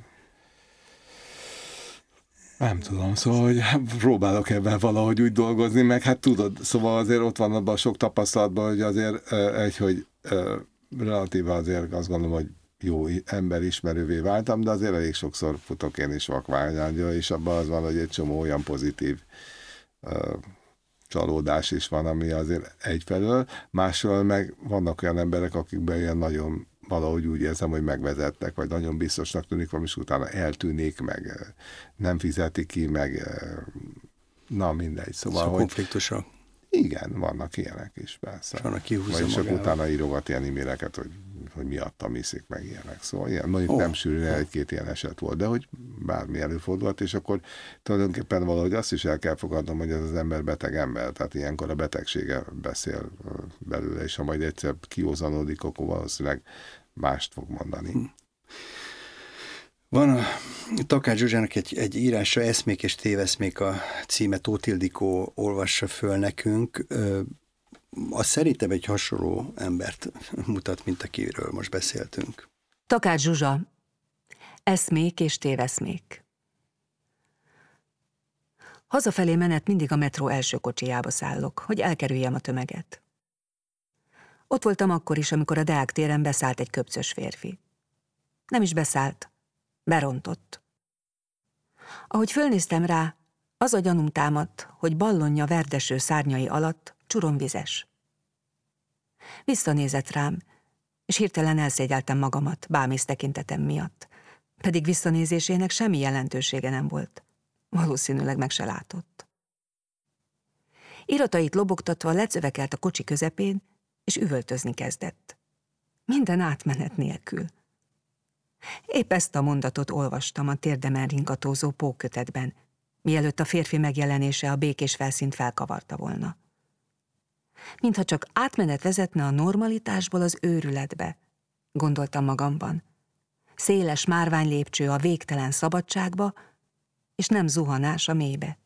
Nem tudom, szóval, hogy próbálok ebben valahogy úgy dolgozni, meg hát tudod, szóval azért ott van abban sok tapasztalatban, hogy azért egy, hogy relatíve azért azt gondolom, hogy jó emberismerővé váltam, de azért elég sokszor futok én is vakványágyra, és abban az van, hogy egy csomó olyan pozitív csalódás is van, ami azért egyfelől, másfelől meg vannak olyan emberek, akikben ilyen nagyon valahogy úgy érzem, hogy megvezettek, vagy nagyon biztosnak tűnik, és utána eltűnik, meg nem fizeti ki, meg na mindegy. Szóval, szóval hogy konfliktusok. Igen, vannak ilyenek is, persze. Van, aki húzza vagy csak magával. utána írogat ilyen e-maileket, hogy, hogy miattam iszik, meg ilyenek. Szóval ilyen, mondjuk oh. nem sűrűn, egy-két ilyen eset volt, de hogy bármi előfordult, és akkor tulajdonképpen valahogy azt is el kell fogadnom, hogy ez az ember beteg ember, tehát ilyenkor a betegsége beszél belőle, és ha majd egyszer kiózanódik, akkor valószínűleg mást fog mondani. Hm. Van a Takács Zsuzsának egy, egy írása, Eszmék és téveszmék a címe, Tóth Ildikó olvassa föl nekünk. Az szerintem egy hasonló embert mutat, mint akiről most beszéltünk. Takács Zsuzsa, Eszmék és téveszmék. Hazafelé menet mindig a metró első kocsijába szállok, hogy elkerüljem a tömeget. Ott voltam akkor is, amikor a Deák téren beszállt egy köpcös férfi. Nem is beszállt, berontott. Ahogy fölnéztem rá, az a gyanúm támadt, hogy ballonja verdeső szárnyai alatt csuromvizes. Visszanézett rám, és hirtelen elszégyeltem magamat bámész tekintetem miatt, pedig visszanézésének semmi jelentősége nem volt. Valószínűleg meg se látott. Iratait lobogtatva lecövekelt a kocsi közepén, és üvöltözni kezdett. Minden átmenet nélkül. Épp ezt a mondatot olvastam a térdemen ringatózó pókkötetben, mielőtt a férfi megjelenése a békés felszínt felkavarta volna. Mintha csak átmenet vezetne a normalitásból az őrületbe, gondoltam magamban. Széles márvány lépcső a végtelen szabadságba, és nem zuhanás a mélybe.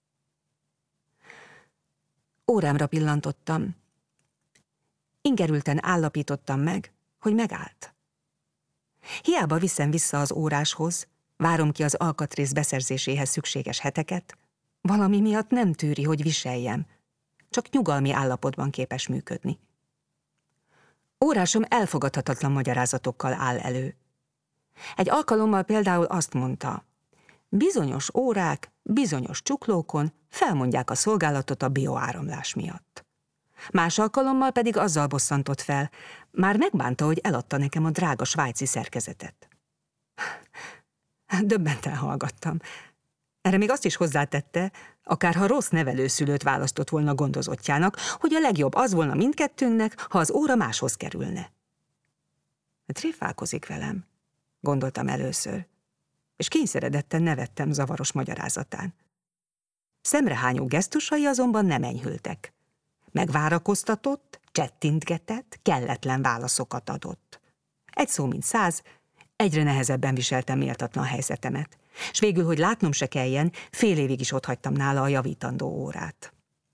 Órámra pillantottam. Ingerülten állapítottam meg, hogy megállt. Hiába viszem vissza az óráshoz, várom ki az alkatrész beszerzéséhez szükséges heteket, valami miatt nem tűri, hogy viseljem, csak nyugalmi állapotban képes működni. Órásom elfogadhatatlan magyarázatokkal áll elő. Egy alkalommal például azt mondta, bizonyos órák, bizonyos csuklókon felmondják a szolgálatot a bioáramlás miatt. Más alkalommal pedig azzal bosszantott fel, már megbánta, hogy eladta nekem a drága svájci szerkezetet. Döbbenten hallgattam. Erre még azt is hozzátette, akárha rossz nevelőszülőt választott volna gondozottjának, hogy a legjobb az volna mindkettőnknek, ha az óra máshoz kerülne. Tréfálkozik velem, gondoltam először, és kényszeredetten nevettem zavaros magyarázatán. Szemrehányó gesztusai azonban nem enyhültek. Megvárakoztatott, csettintgetett, kelletlen válaszokat adott. Egy szó mint száz, egyre nehezebben viseltem méltatlan helyzetemet, s végül, hogy látnom se kelljen, fél évig is otthagytam nála a javítandó órát.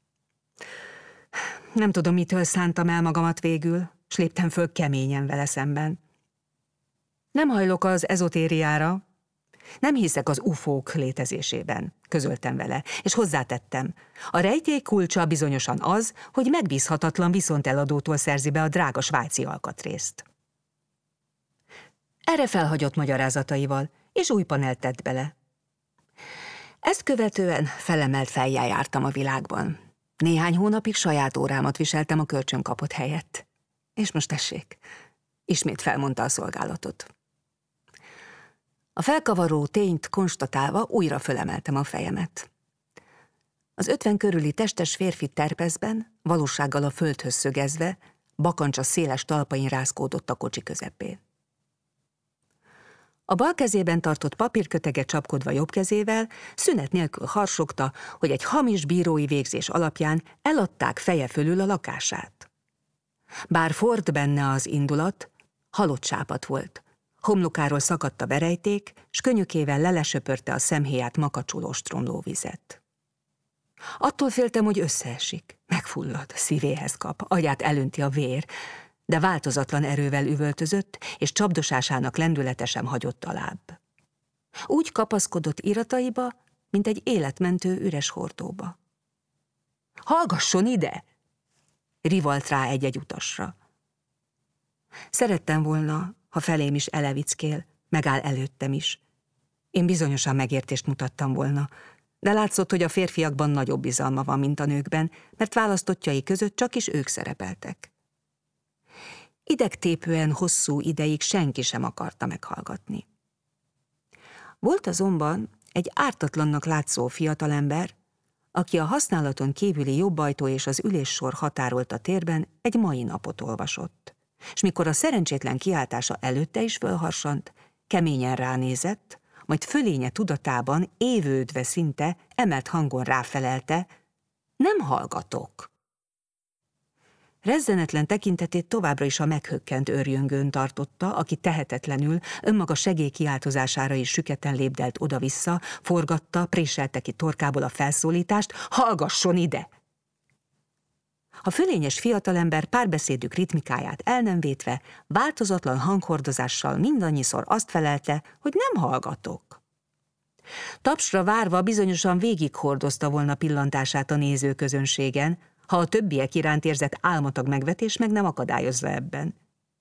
Nem tudom, mitől szántam el magamat végül, s léptem föl keményen vele szemben. Nem hajlok az ezotériára, nem hiszek az ufók létezésében, közöltem vele, és hozzátettem. A rejtély kulcsa bizonyosan az, hogy megbízhatatlan viszonteladótól szerzi be a drága svájci alkatrészt. Erre felhagyott magyarázataival, és új panelt tett bele. Ezt követően felemelt fejjel jártam a világban. Néhány hónapig saját órámat viseltem a kölcsönkapott helyett. És most tessék, Ismét felmondta a szolgálatot. A felkavaró tényt konstatálva újra fölemeltem a fejemet. Az ötven körüli testes férfi terpeszben, valósággal a földhöz szögezve, bakancsa széles talpain rázkódott a kocsi közepén. A bal kezében tartott papírköteget csapkodva jobb kezével, szünet nélkül harsogta, hogy egy hamis bírói végzés alapján eladták feje fölül a lakását. Bár forrt benne az indulat, halott sápadt volt. Homlokáról szakadt a verejték, s könyökével lelesöpörte a szemhéját makacsoló stromló vizet. Attól féltem, hogy összeesik, megfullad, szívéhez kap, agyát elönti a vér, de változatlan erővel üvöltözött, és csapdosásának lendülete sem hagyott alább. Úgy kapaszkodott irataiba, mint egy életmentő üres hordóba. Hallgasson ide! Rivalt rá egy-egy utasra. Szerettem volna, ha felém is elevickél, megáll előttem is. Én bizonyosan megértést mutattam volna, de látszott, hogy a férfiakban nagyobb bizalma van, mint a nőkben, mert választottjai között csak is ők szerepeltek. Idegtépően hosszú ideig senki sem akarta meghallgatni. Volt azonban egy ártatlannak látszó fiatalember, aki a használaton kívüli jobb ajtó és az üléssor határolta térben egy mai napot olvasott, és mikor a szerencsétlen kiáltása előtte is fölharsant, keményen ránézett, majd fölénye tudatában, évődve szinte, emelt hangon ráfelelte: nem hallgatok. Rezzenetlen tekintetét továbbra is a meghökkent őrjöngőn tartotta, aki tehetetlenül, önmaga segélykiáltozására is süketen lépdelt oda-vissza, forgatta, préselte ki torkából a felszólítást: hallgasson ide! A fölényes fiatalember párbeszédük ritmikáját el nem vétve, változatlan hanghordozással mindannyiszor azt felelte, hogy nem hallgatok. Tapsra várva bizonyosan végighordozta volna pillantását a nézőközönségen, ha a többiek iránt érzett álmatag megvetés meg nem akadályozza ebben.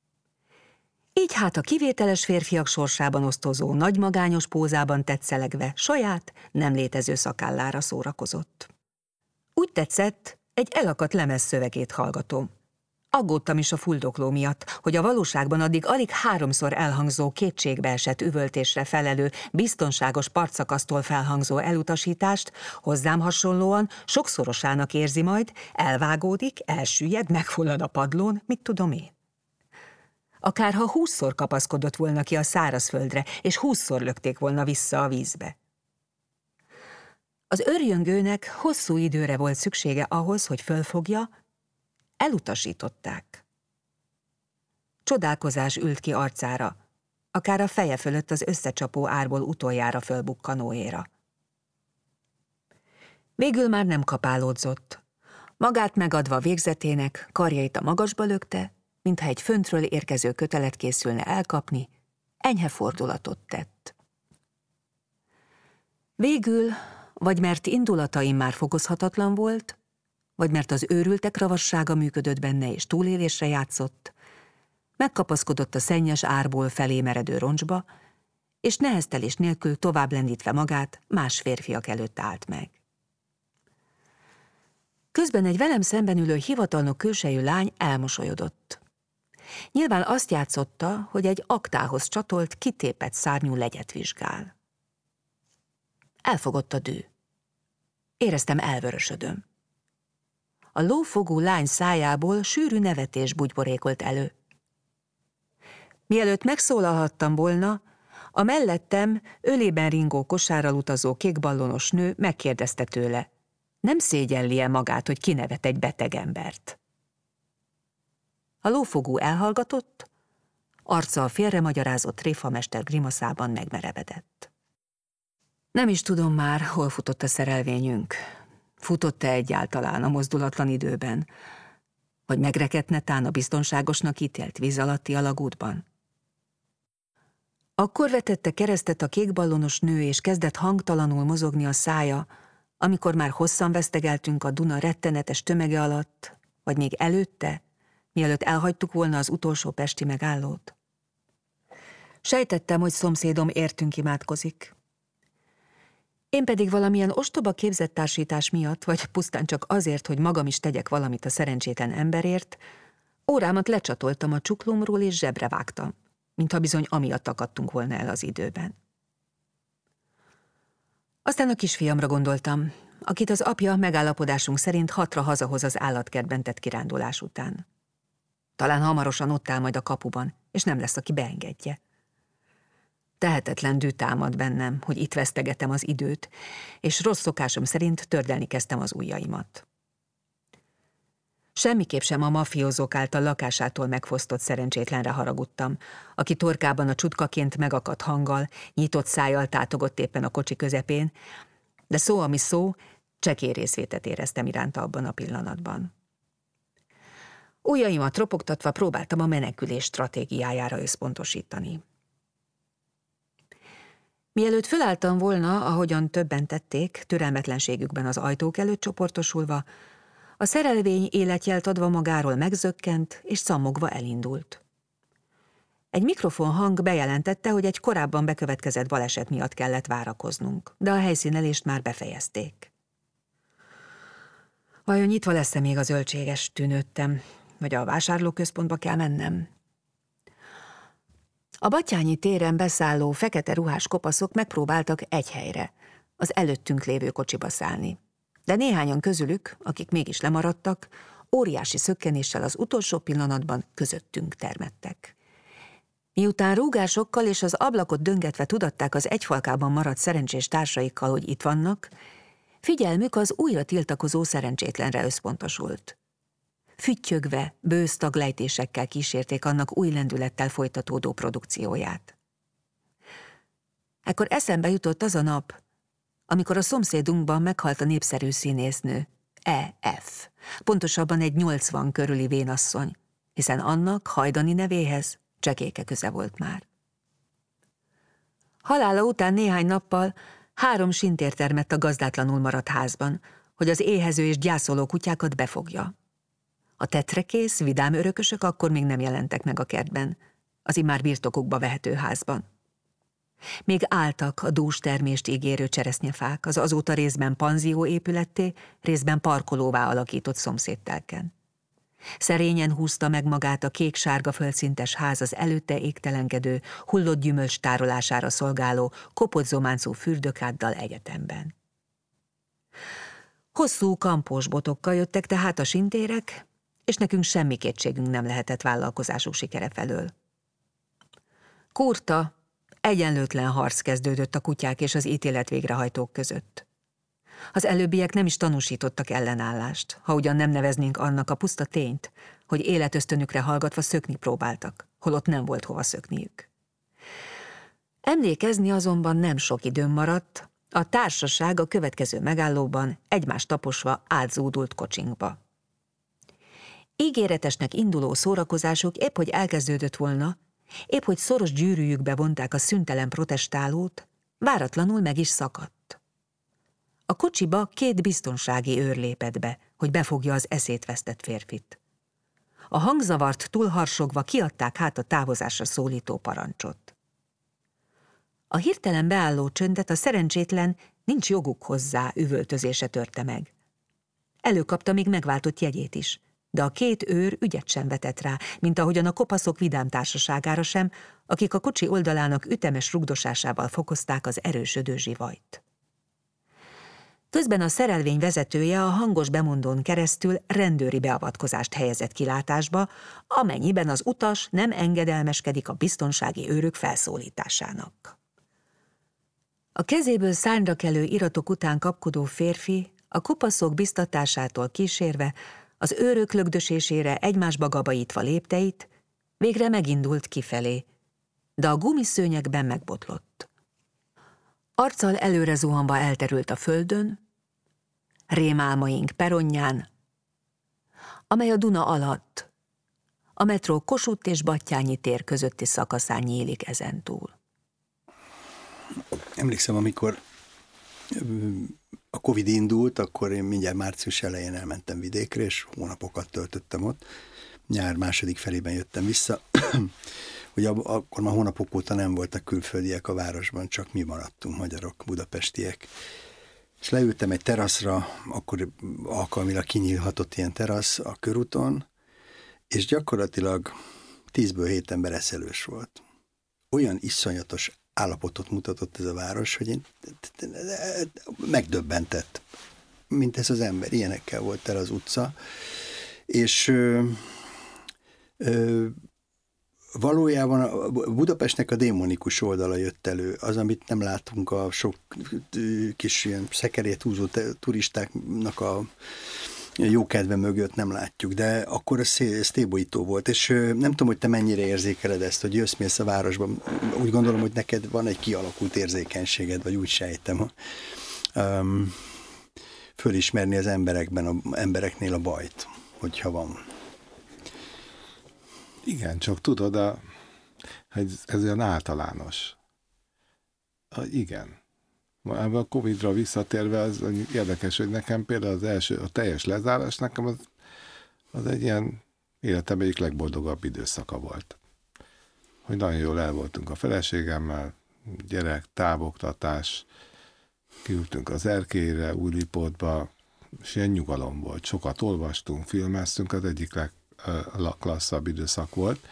Így hát a kivételes férfiak sorsában osztozó, nagy magányos pózában tetszelegve saját, nem létező szakállára szórakozott. Úgy tetszett, egy elakadt lemez szövegét hallgatom. Aggódtam is a fuldokló miatt, hogy a valóságban addig alig háromszor elhangzó kétségbeesett üvöltésre felelő, biztonságos partszakasztól felhangzó elutasítást hozzám hasonlóan sokszorosának érzi majd, elvágódik, elsüllyed, megfullad a padlón, mit tudom én. Akárha húszszor kapaszkodott volna ki a szárazföldre, és húszszor lökték volna vissza a vízbe. Az őrjöngőnek hosszú időre volt szüksége ahhoz, hogy fölfogja, elutasították. Csodálkozás ült ki arcára, akár a feje fölött az összecsapó árból utoljára fölbukkanóéra. Végül már nem kapálódzott. Magát megadva végzetének, karjait a magasba lökte, mintha egy föntről érkező kötelet készülne elkapni, enyhe fordulatot tett. Végül, vagy mert indulataim már fokozhatatlan volt, vagy mert az őrültek ravassága működött benne és túlélésre játszott, megkapaszkodott a szennyes árból felé meredő roncsba, és neheztelés nélkül tovább lendítve magát más férfiak előtt állt meg. Közben egy velem szemben ülő hivatalnok külsejű lány elmosolyodott. Nyilván azt játszotta, hogy egy aktához csatolt, kitépett szárnyú legyet vizsgál. Elfogott a dű. Éreztem, elvörösödöm. A lófogú lány szájából sűrű nevetés bugyborékolt elő. Mielőtt megszólalhattam volna, a mellettem ölében ringó kosárral utazó kékballonos nő megkérdezte tőle: nem szégyelli-e magát, hogy kinevet egy beteg embert? A lófogú elhallgatott, arca a félremagyarázott tréfamester grimaszában megmerevedett. Nem is tudom már, hol futott a szerelvényünk. Futott-e egyáltalán a mozdulatlan időben? Vagy megrekedt netán a biztonságosnak ítélt víz alatti alagútban? Akkor vetette keresztet a kékballonos nő, és kezdett hangtalanul mozogni a szája, amikor már hosszan vesztegeltünk a Duna rettenetes tömege alatt, vagy még előtte, mielőtt elhagytuk volna az utolsó pesti megállót. Sejtettem, hogy szomszédom értünk imádkozik. Én pedig valamilyen ostoba képzettársítás miatt, vagy pusztán csak azért, hogy magam is tegyek valamit a szerencsétlen emberért, Órámat lecsatoltam a csuklómról és zsebre vágtam, mintha bizony amiatt akadtunk volna el az időben. Aztán a kisfiamra gondoltam, akit az apja megállapodásunk szerint hatra hazahoz az állatkertben tett kirándulás után. Talán hamarosan ott áll majd a kapuban, és nem lesz, aki beengedje. Tehetetlen dű támad bennem, hogy itt vesztegetem az időt, és rossz szokásom szerint tördelni kezdtem az ujjaimat. Semmiképp sem a mafiózók által lakásától megfosztott szerencsétlenre haragudtam, aki torkában a csutkaként megakadt hanggal, nyitott szájjal tátogott éppen a kocsi közepén, de szó, ami szó, csekély részvétet éreztem iránta abban a pillanatban. Ujjaimat ropogtatva próbáltam a menekülés stratégiájára összpontosítani. Mielőtt fölálltam volna, ahogyan többen tették, türelmetlenségükben az ajtók előtt csoportosulva, a szerelvény életjelt adva magáról megzökkent, és szammogva elindult. Egy mikrofonhang bejelentette, hogy egy korábban bekövetkezett baleset miatt kellett várakoznunk, de a helyszínelést már befejezték. Vajon nyitva lesz-e még a zöldséges, tűnődtem, vagy a vásárlóközpontba kell mennem? A Batthyány téren beszálló fekete ruhás kopaszok megpróbáltak egy helyre, az előttünk lévő kocsiba szállni. De néhányan közülük, akik mégis lemaradtak, óriási szökkenéssel az utolsó pillanatban közöttünk termettek. Miután rúgásokkal és az ablakot döngetve tudatták az egyfalkában maradt szerencsés társaikkal, hogy itt vannak, figyelmük az újra tiltakozó szerencsétlenre összpontosult. Füttyögve, bősz taglejtésekkel kísérték annak új lendülettel folytatódó produkcióját. Ekkor eszembe jutott az a nap, amikor a szomszédunkban meghalt a népszerű színésznő, E F, pontosabban egy nyolcvan körüli vénasszony, hiszen annak hajdani nevéhez csekéke köze volt már. Halála után néhány nappal három sintér termett a gazdátlanul maradt házban, hogy az éhező és gyászoló kutyákat befogja. A tetrekész, vidám örökösök akkor még nem jelentek meg a kertben, az immár birtokukba vehető házban. Még álltak a dús termést ígérő cseresznyefák az azóta részben panzió épületté, részben parkolóvá alakított szomszédtelken. Szerényen húzta meg magát a kék-sárga földszintes ház az előtte égtelenkedő, hullott gyümölcs tárolására szolgáló, kopott zománcú fürdőkáddal egyetemben. Hosszú kampós botokkal jöttek tehát a sintérek, és nekünk semmi kétségünk nem lehetett vállalkozásuk sikere felől. Kurta, egyenlőtlen harc kezdődött a kutyák és az ítélet végrehajtók között. Az előbbiek nem is tanúsítottak ellenállást, ha ugyan nem neveznénk annak a puszta tényt, hogy életösztönükre hallgatva szökni próbáltak, holott nem volt hova szökniük. Emlékezni azonban nem sok időm maradt, a társaság a következő megállóban egymást taposva átzúdult kocsinkba. Ígéretesnek induló szórakozásuk épp hogy elkezdődött volna, épp hogy szoros gyűrűjükbe vonták a szüntelen protestálót, váratlanul meg is szakadt. A kocsiba két biztonsági őr lépett be, hogy befogja az eszét vesztett férfit. A hangzavart túlharsogva kiadták hát a távozásra szólító parancsot. A hirtelen beálló csöndet a szerencsétlen nincs joguk hozzá üvöltözése törte meg. Előkapta még megváltott jegyét is, de a két őr ügyet sem vetett rá, mint ahogyan a kopaszok vidám társaságára sem, akik a kocsi oldalának ütemes rugdosásával fokozták az erősödő zsivajt. Közben a szerelvény vezetője a hangos bemondón keresztül rendőri beavatkozást helyezett kilátásba, amennyiben az utas nem engedelmeskedik a biztonsági őrök felszólításának. A kezéből szárnyra kelő iratok után kapkodó férfi a kopaszok biztatásától kísérve, az őrök lögdösésére egymásba gabajítva lépteit, végre megindult kifelé, de a gumiszőnyegben megbotlott. Arccal előre zuhanva elterült a földön, rémálmaink peronján, amely a Duna alatt, a metró Kossuth és Batthyány tér közötti szakaszán nyílik ezentúl. Emlékszem, amikor a Covid indult, akkor én mindjárt március elején elmentem vidékre, és hónapokat töltöttem ott. Nyár második felében jöttem vissza, hogy ab, akkor már hónapok óta nem voltak külföldiek a városban, csak mi maradtunk, magyarok, budapestiek. És leültem egy teraszra, akkor alkalmilag kinyílhatott ilyen terasz a körúton, és gyakorlatilag tízből hét ember eszelős volt. Olyan iszonyatos állapotot mutatott ez a város, hogy én megdöbbentett, mint ez az ember. Ilyenekkel volt el az utca. És ö, ö, valójában a Budapestnek a démonikus oldala jött elő. Az, amit nem látunk a sok kis ilyen szekerét húzó turistáknak a jókedve mögött, nem látjuk, de akkor ez, ez tébolyító volt, és nem tudom, hogy te mennyire érzékeled ezt, hogy jössz, mész a városban. Úgy gondolom, hogy neked van egy kialakult érzékenységed, vagy úgy sejtem, um, fölismerni az emberekben, az embereknél a bajt, hogyha van. Igen, csak tudod, a, hogy ez olyan általános. A, igen. Ebben a Covid-ra visszatérve az érdekes, hogy nekem például az első, a teljes lezárás nekem az, az egy ilyen életem egyik legboldogabb időszaka volt. Hogy nagyon jól el voltunk a feleségemmel, gyerek, távoktatás, kiültünk az erkélyre, Újlipótba, és ilyen nyugalom volt. Sokat olvastunk, filmeztünk, az egyik legklasszabb időszak volt.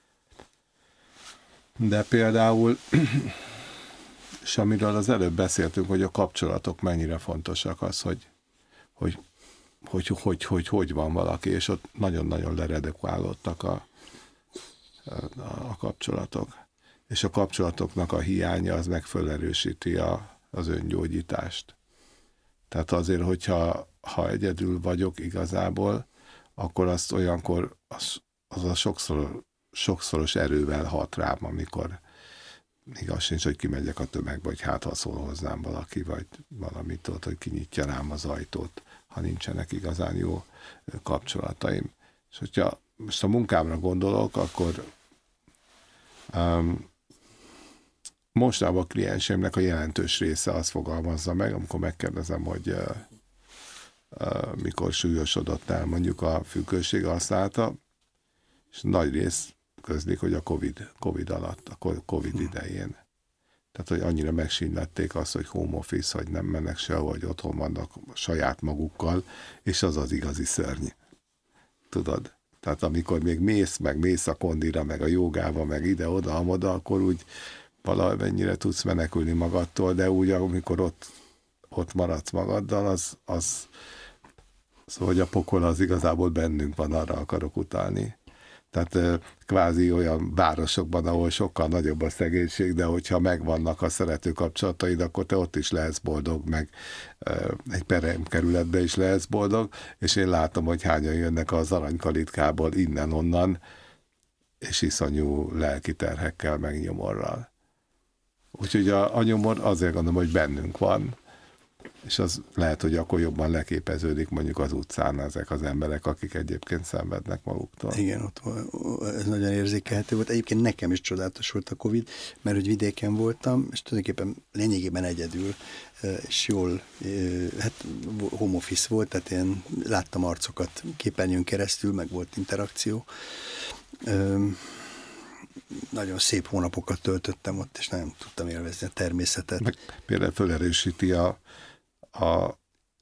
De például és amiről az előbb beszéltünk, hogy a kapcsolatok mennyire fontosak, az, hogy hogy, hogy, hogy, hogy, hogy van valaki, és ott nagyon-nagyon leredukálódtak a, a, a kapcsolatok. És a kapcsolatoknak a hiánya az meg fölerősíti a, az öngyógyítást. Tehát azért, hogyha ha egyedül vagyok igazából, akkor azt olyankor az, az a sokszor, sokszoros erővel hat rám, amikor igaz sincs, hogy kimegyek a tömegbe, hogy hát ha szól hozzám valaki, vagy valamit tudod, hogy kinyitja rám az ajtót, ha nincsenek igazán jó kapcsolataim. És hogyha most a munkámra gondolok, akkor um, mostában a klienseimnek a jelentős része azt fogalmazza meg, amikor megkérdezem, hogy uh, uh, mikor súlyosodott el mondjuk a függőség használata, és nagy rész közlik, hogy a COVID, COVID alatt, a COVID hmm. idején. Tehát, hogy annyira megsínlették azt, hogy home office, hogy nem mennek sehova, hogy otthon vannak saját magukkal, és az az igazi szörny. Tudod? Tehát amikor még mész, meg mész a kondira, meg a jogába, meg ide-oda, amoda, akkor úgy valamennyire tudsz menekülni magadtól, de úgy, amikor ott, ott maradsz magaddal, az, az szóval, hogy a pokol az igazából bennünk van, arra akarok utalni. Tehát kvázi olyan városokban, ahol sokkal nagyobb a szegénység, de hogyha megvannak a szerető kapcsolataid, akkor te ott is lehetsz boldog, meg egy peremkerületben is lehetsz boldog, és én látom, hogy hányan jönnek az Aranykalitkából innen-onnan, és iszonyú lelki terhekkel, meg nyomorral. Úgyhogy a, a nyomor azért gondolom, hogy bennünk van, és az lehet, hogy akkor jobban leképeződik mondjuk az utcán ezek az emberek, akik egyébként szenvednek maguktól. Igen, ott ez nagyon érzékelhető volt. Egyébként nekem is csodálatos volt a Covid, mert hogy vidéken voltam, és tulajdonképpen lényegében egyedül, és jól, hát home office volt, tehát én láttam arcokat képernyőn keresztül, meg volt interakció. Nagyon szép hónapokat töltöttem ott, és nagyon tudtam élvezni a természetet. Meg például felerősíti a A,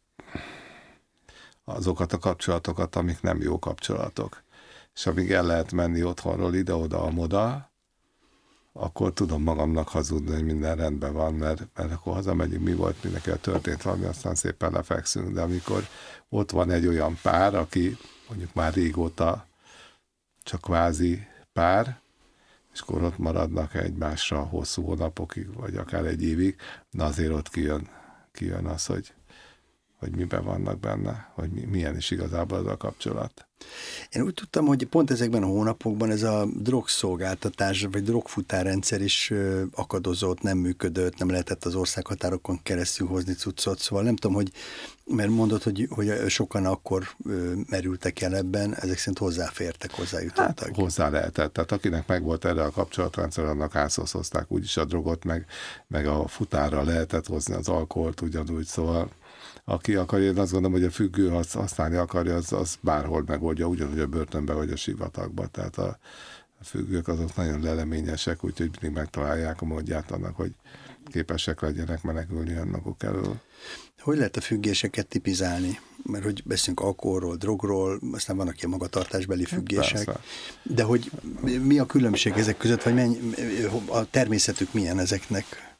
azokat a kapcsolatokat, amik nem jó kapcsolatok. És amíg el lehet menni otthonról ide-oda, amoda, akkor tudom magamnak hazudni, hogy minden rendben van, mert, mert akkor hazamegyünk, mi volt, mindenkivel történt valami, aztán szépen lefekszünk, de amikor ott van egy olyan pár, aki mondjuk már régóta csak kvázi pár, és akkor ott maradnak egymásra hosszú hónapokig, vagy akár egy évig, na azért ott kijön kijön az, hogy, hogy miben vannak benne, hogy milyen is igazából az a kapcsolat. Én úgy tudtam, hogy pont ezekben a hónapokban ez a drogszolgáltatás, vagy drogfutárrendszer is akadozott, nem működött, nem lehetett az országhatárokon keresztül hozni cuccot, szóval nem tudom, hogy, mert mondod, hogy, hogy sokan akkor merültek el ebben, ezek szerint hozzáfértek, hozzájutottak. Hát, hozzá lehetett, tehát akinek megvolt erre a kapcsolatrendszer, annak házhoz hozták úgyis a drogot, meg, meg a futárra lehetett hozni az alkoholt ugyanúgy, szóval aki akarja, én azt gondolom, hogy a függő használni akarja, az, az bárhol megoldja, ugyanúgy a börtönbe vagy a sivatagba. Tehát a, a függők azok nagyon leleményesek, úgyhogy mindig megtalálják a módját annak, hogy képesek legyenek menekülni önmaguk elől. Hogy lehet a függéseket tipizálni? Mert hogy beszélünk alkoholról, drogról, aztán vannak ilyen magatartásbeli függések. Persze. De hogy mi a különbség ezek között, vagy mennyi, a természetük milyen ezeknek?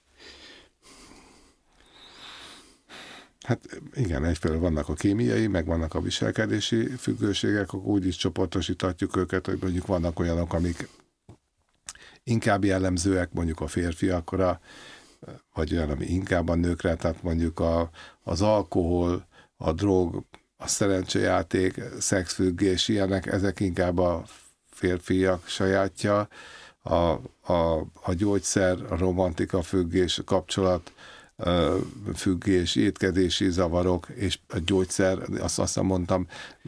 Hát igen, egyfelől vannak a kémiai, meg vannak a viselkedési függőségek, akkor úgy is csoportosíthatjuk őket, hogy mondjuk vannak olyanok, amik inkább jellemzőek, mondjuk a férfiakra, vagy olyan, ami inkább a nőkre, tehát mondjuk a, az alkohol, a drog, a szerencsejáték, szexfüggés, ilyenek, ezek inkább a férfiak sajátja, a, a, a gyógyszer, a romantika függés, a kapcsolat függés, étkezési zavarok, és a gyógyszer, azt azt mondtam,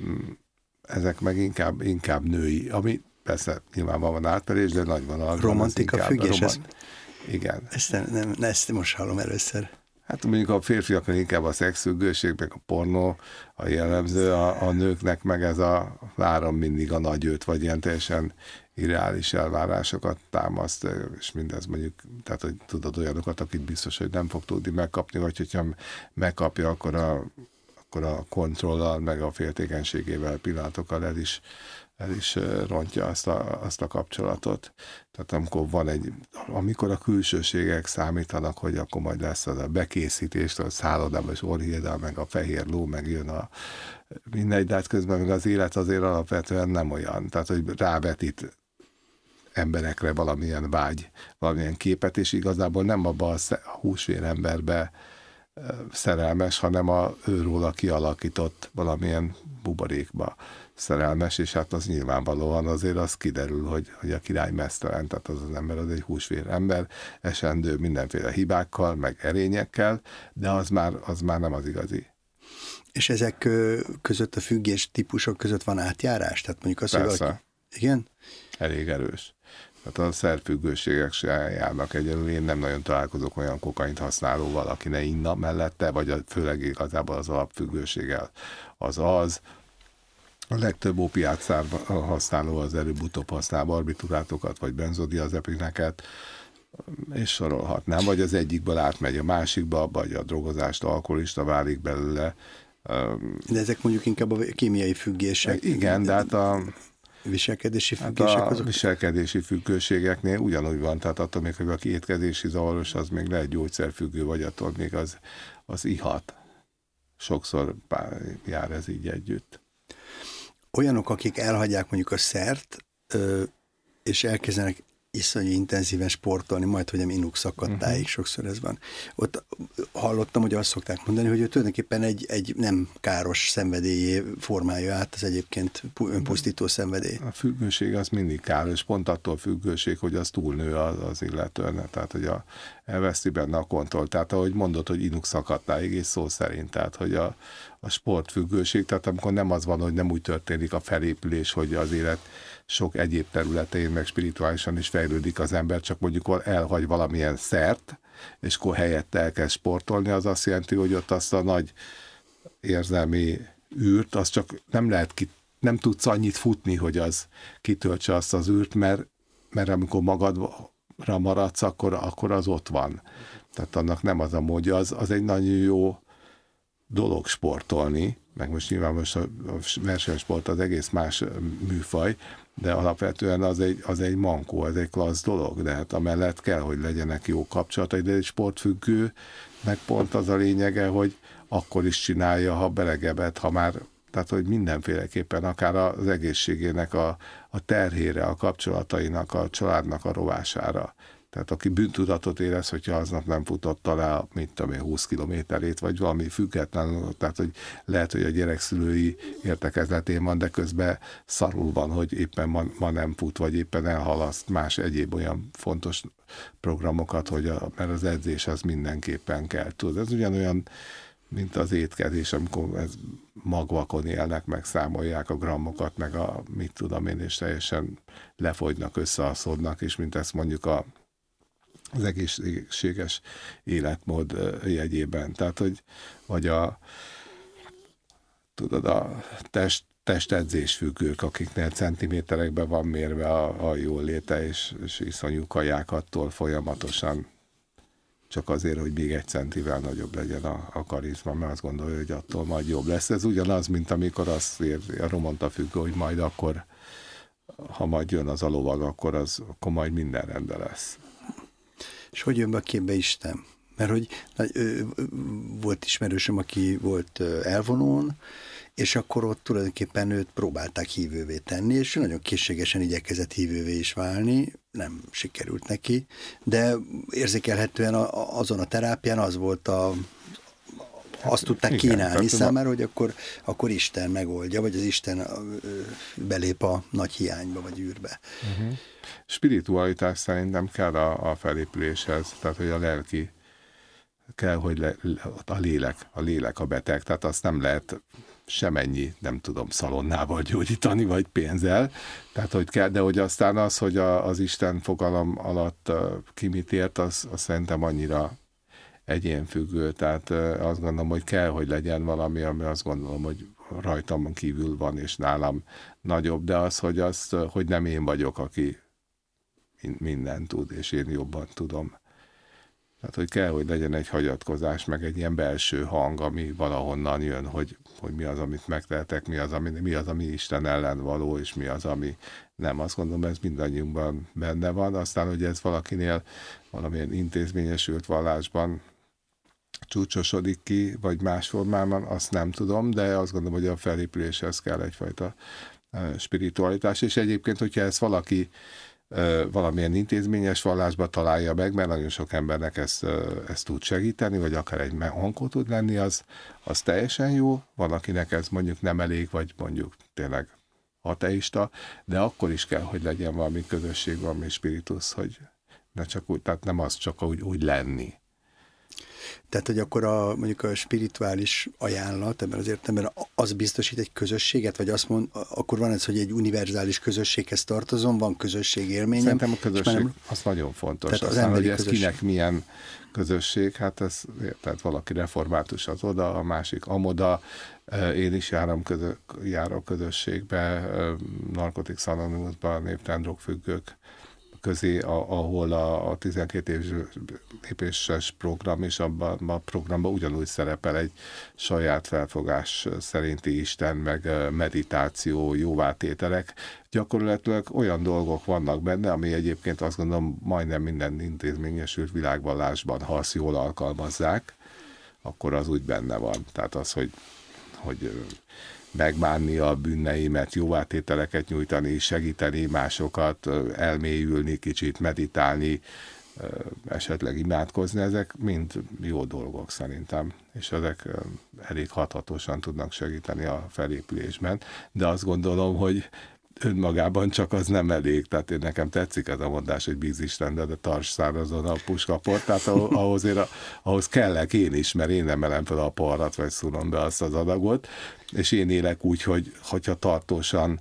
ezek meg inkább, inkább női, ami persze nyilvánvalóan van átverés, de nagy van a romantika függés, romant... ez... Igen. Ezt, nem, nem, ezt most hallom először. Hát mondjuk a férfiaknak inkább a szexfüggőség, meg a pornó a jellemző, a, a nőknek meg ez a várom mindig a nagy őt, vagy ilyen teljesen irreális elvárásokat támaszt, és mindez mondjuk, tehát hogy tudod olyanokat, akit biztos, hogy nem fog tudni megkapni, vagy hogyha megkapja, akkor a, akkor a kontrollal, meg a féltékenységével pillanatokkal el is el is rontja azt a, azt a kapcsolatot. Tehát amikor van egy, amikor a külsőségek számítanak, hogy akkor majd lesz az a bekészítést, a szállodában, és orhiédál, meg a fehér ló, meg jön a mindegy, de hát közben meg az élet azért alapvetően nem olyan. Tehát, hogy rávetít emberekre valamilyen vágy, valamilyen képet, és igazából nem abban a húsvér emberbe szerelmes, hanem a őróla kialakított valamilyen buborékba szerelmes, és hát az nyilvánvalóan azért az kiderül, hogy, hogy a király meztelen, tehát az az ember az egy húsvér ember, esendő mindenféle hibákkal, meg erényekkel, de az már, az már nem az igazi. És ezek között, a függés típusok között van átjárás? Tehát mondjuk az, Persze. hogy... Igen? Elég erős. Tehát a szerfüggőségek se járnak egyelőre. Én nem nagyon találkozok olyan kokaint használóval, aki ne inna mellette, vagy a, főleg igazából az alapfüggőséggel az az. A legtöbb opiát használó az előbb-utóbb használ barbiturátokat, vagy benzodiazepineket, és sorolhatnám. Vagy az egyikből átmegy a másikba, vagy a drogozást alkoholista válik belőle. De ezek mondjuk inkább a kémiai függések. Igen, de hát a... viselkedési függések hát a azok? viselkedési függőségeknél ugyanúgy van, tehát attól még, hogy aki étkezési zavaros, az még lehet gyógyszerfüggő, vagy attól még az, az ihat. Sokszor jár ez így együtt. Olyanok, akik elhagyják mondjuk a szert, és elkezdenek iszonyú intenzíven sportolni, majd, hogy nem inuk szakadtáig, uh-huh. sokszor ez van. Ott hallottam, hogy azt szokták mondani, hogy ő tulajdonképpen egy, egy nem káros szenvedélyé formálja át az egyébként önpusztító szenvedély. A függőség az mindig káros, pont attól függőség, hogy az túlnő az, az illetően, tehát hogy a, elveszti benne a kontroll. Tehát ahogy mondod, hogy inuk szakadtáig, és szó szerint, tehát hogy a, a sportfüggőség, tehát amikor nem az van, hogy nem úgy történik a felépülés, hogy az élet sok egyéb területén, meg spirituálisan is fejlődik az ember, csak mondjuk elhagy valamilyen szert, és akkor helyette elkezd sportolni, az azt jelenti, hogy ott azt a nagy érzelmi űrt, az csak nem lehet ki, nem tudsz annyit futni, hogy az kitöltse azt az űrt, mert, mert amikor magadra maradsz, akkor, akkor az ott van. Tehát annak nem az a módja, az, az egy nagyon jó dolog sportolni, meg most nyilván most a versenysport az egész más műfaj, de alapvetően az egy, az egy mankó, ez egy klassz dolog, de hát amellett kell, hogy legyenek jó kapcsolatai, de egy sportfüggő, meg pont az a lényege, hogy akkor is csinálja, ha belegebed, ha már, tehát hogy mindenféleképpen akár az egészségének a, a terhére, a kapcsolatainak, a családnak a rovására. Tehát aki bűntudatot érez, hogyha aznap nem futotta le, mint tudom én, húsz kilométerét, vagy valami független, tehát hogy lehet, hogy a gyerekszülői értekezletén van, de közben szarul van, hogy éppen ma, ma nem fut, vagy éppen elhalaszt más egyéb olyan fontos programokat, hogy a, mert az edzés az mindenképpen kell. Tudod, ez ugyanolyan, mint az étkezés, amikor ez magvakon élnek, meg számolják a grammokat, meg a mit tudom én, és teljesen lefogynak, összeaszodnak, és mint ezt mondjuk a az egészséges életmód jegyében. Tehát, hogy vagy a tudod, a test, testedzés függők, akiknél centiméterekben van mérve a, a jól léte, és, és iszonyú kajákattól folyamatosan csak azért, hogy még egy centivel nagyobb legyen a, a karizma, mert azt gondolja, hogy attól majd jobb lesz. Ez ugyanaz, mint amikor azt érzi a romonta függő, hogy majd akkor, ha majd jön az a lovag, akkor, az, akkor majd minden rendben lesz. És hogy jön be a képbe Isten? Mert hogy ö, volt ismerősöm, aki volt elvonón, és akkor ott tulajdonképpen őt próbálták hívővé tenni, és nagyon készségesen igyekezett hívővé is válni, nem sikerült neki, de érzékelhetően a, azon a terápián az volt a azt tudták igen, kínálni számára, hogy akkor, akkor Isten megoldja, vagy az Isten belép a nagy hiányba, vagy űrbe. Uh-huh. Spiritualitás szerintem kell a, a felépüléshez, tehát hogy a lelki kell, hogy le, a lélek, a lélek a beteg, tehát azt nem lehet semennyi, nem tudom, szalonnával gyógyítani, vagy pénzzel, tehát hogy kell, de hogy aztán az, hogy a, az Isten fogalom alatt uh, ki mit ért, az, az szerintem annyira egyénfüggő, tehát uh, azt gondolom, hogy kell, hogy legyen valami, ami azt gondolom, hogy rajtam kívül van, és nálam nagyobb, de az, hogy, azt, uh, hogy nem én vagyok, aki mindent tud, és én jobban tudom. Tehát, hogy kell, hogy legyen egy hagyatkozás, meg egy ilyen belső hang, ami valahonnan jön, hogy, hogy mi az, amit megtehetek, mi az, ami, mi az, ami Isten ellen való, és mi az, ami nem. Azt gondolom, ez mindannyiunkban benne van. Aztán, hogy ez valakinél valamilyen intézményesült vallásban csúcsosodik ki, vagy más formában, azt nem tudom, de azt gondolom, hogy a felépüléshez kell egyfajta spiritualitás, és egyébként, hogyha ez valaki valamilyen intézményes vallásba találja meg, mert nagyon sok embernek ezt, ezt tud segíteni, vagy akár egy hankó tud lenni, az, az teljesen jó. Van, akinek ez mondjuk nem elég, vagy mondjuk tényleg ateista, de akkor is kell, hogy legyen valami közösség, valami spiritus, hogy ne csak úgy, tehát nem az csak úgy, úgy lenni. Tehát, hogy akkor a, mondjuk a spirituális ajánlat, ebben az értelemben az biztosít egy közösséget, vagy azt mond, akkor van ez, hogy egy univerzális közösséghez tartozom, van közösség élményem. Szerintem a közösség nem, az nagyon fontos. Tehát aztán, az hogy ez közösség. Kinek milyen közösség, hát ez, tehát valaki református az oda, a másik amoda, én is járom közö, járok közösségbe, Narcotics Anonymousban, névtelen drogfüggők közé, ahol a, a tizenkét év lépéses program, és abban a programban ugyanúgy szerepel egy saját felfogás szerinti Isten, meg meditáció, jóvátételek. Gyakorlatilag olyan dolgok vannak benne, ami egyébként azt gondolom majdnem minden intézményesült világvallásban, ha azt jól alkalmazzák, akkor az úgy benne van. Tehát az, hogy, hogy megbánni a bűneimet, jóvátételeket nyújtani, segíteni másokat, elmélyülni, kicsit meditálni, esetleg imádkozni, ezek mind jó dolgok szerintem, és ezek elég hathatósan tudnak segíteni a felépülésben, de azt gondolom, hogy önmagában csak az nem elég, tehát én nekem tetszik ez a mondás, hogy bíz Istenbe, de tarts szárazon a puskaport, tehát ahhoz, én, ahhoz kellek én is, mert én emelem fel a poharat, vagy szúrom be azt az adagot, és én élek úgy, hogy, hogyha tartósan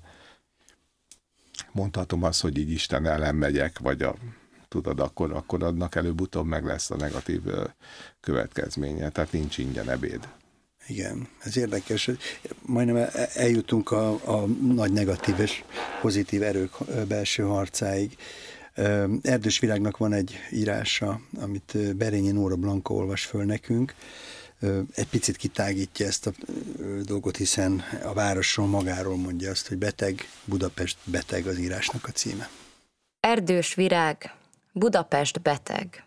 mondhatom azt, hogy így Isten ellen megyek, vagy a, tudod, akkor, akkor adnak előbb-utóbb meg lesz a negatív következménye, tehát nincs ingyen ebéd. Igen, ez érdekes, hogy majdnem eljutunk a, a nagy negatív és pozitív erők belső harcáig. Erdős Virágnak van egy írása, amit Berényi Nóra Blanka olvas föl nekünk. Egy picit kitágítja ezt a dolgot, hiszen a városról magáról mondja azt, hogy beteg, Budapest beteg az írásnak a címe. Erdős Virág, Budapest beteg.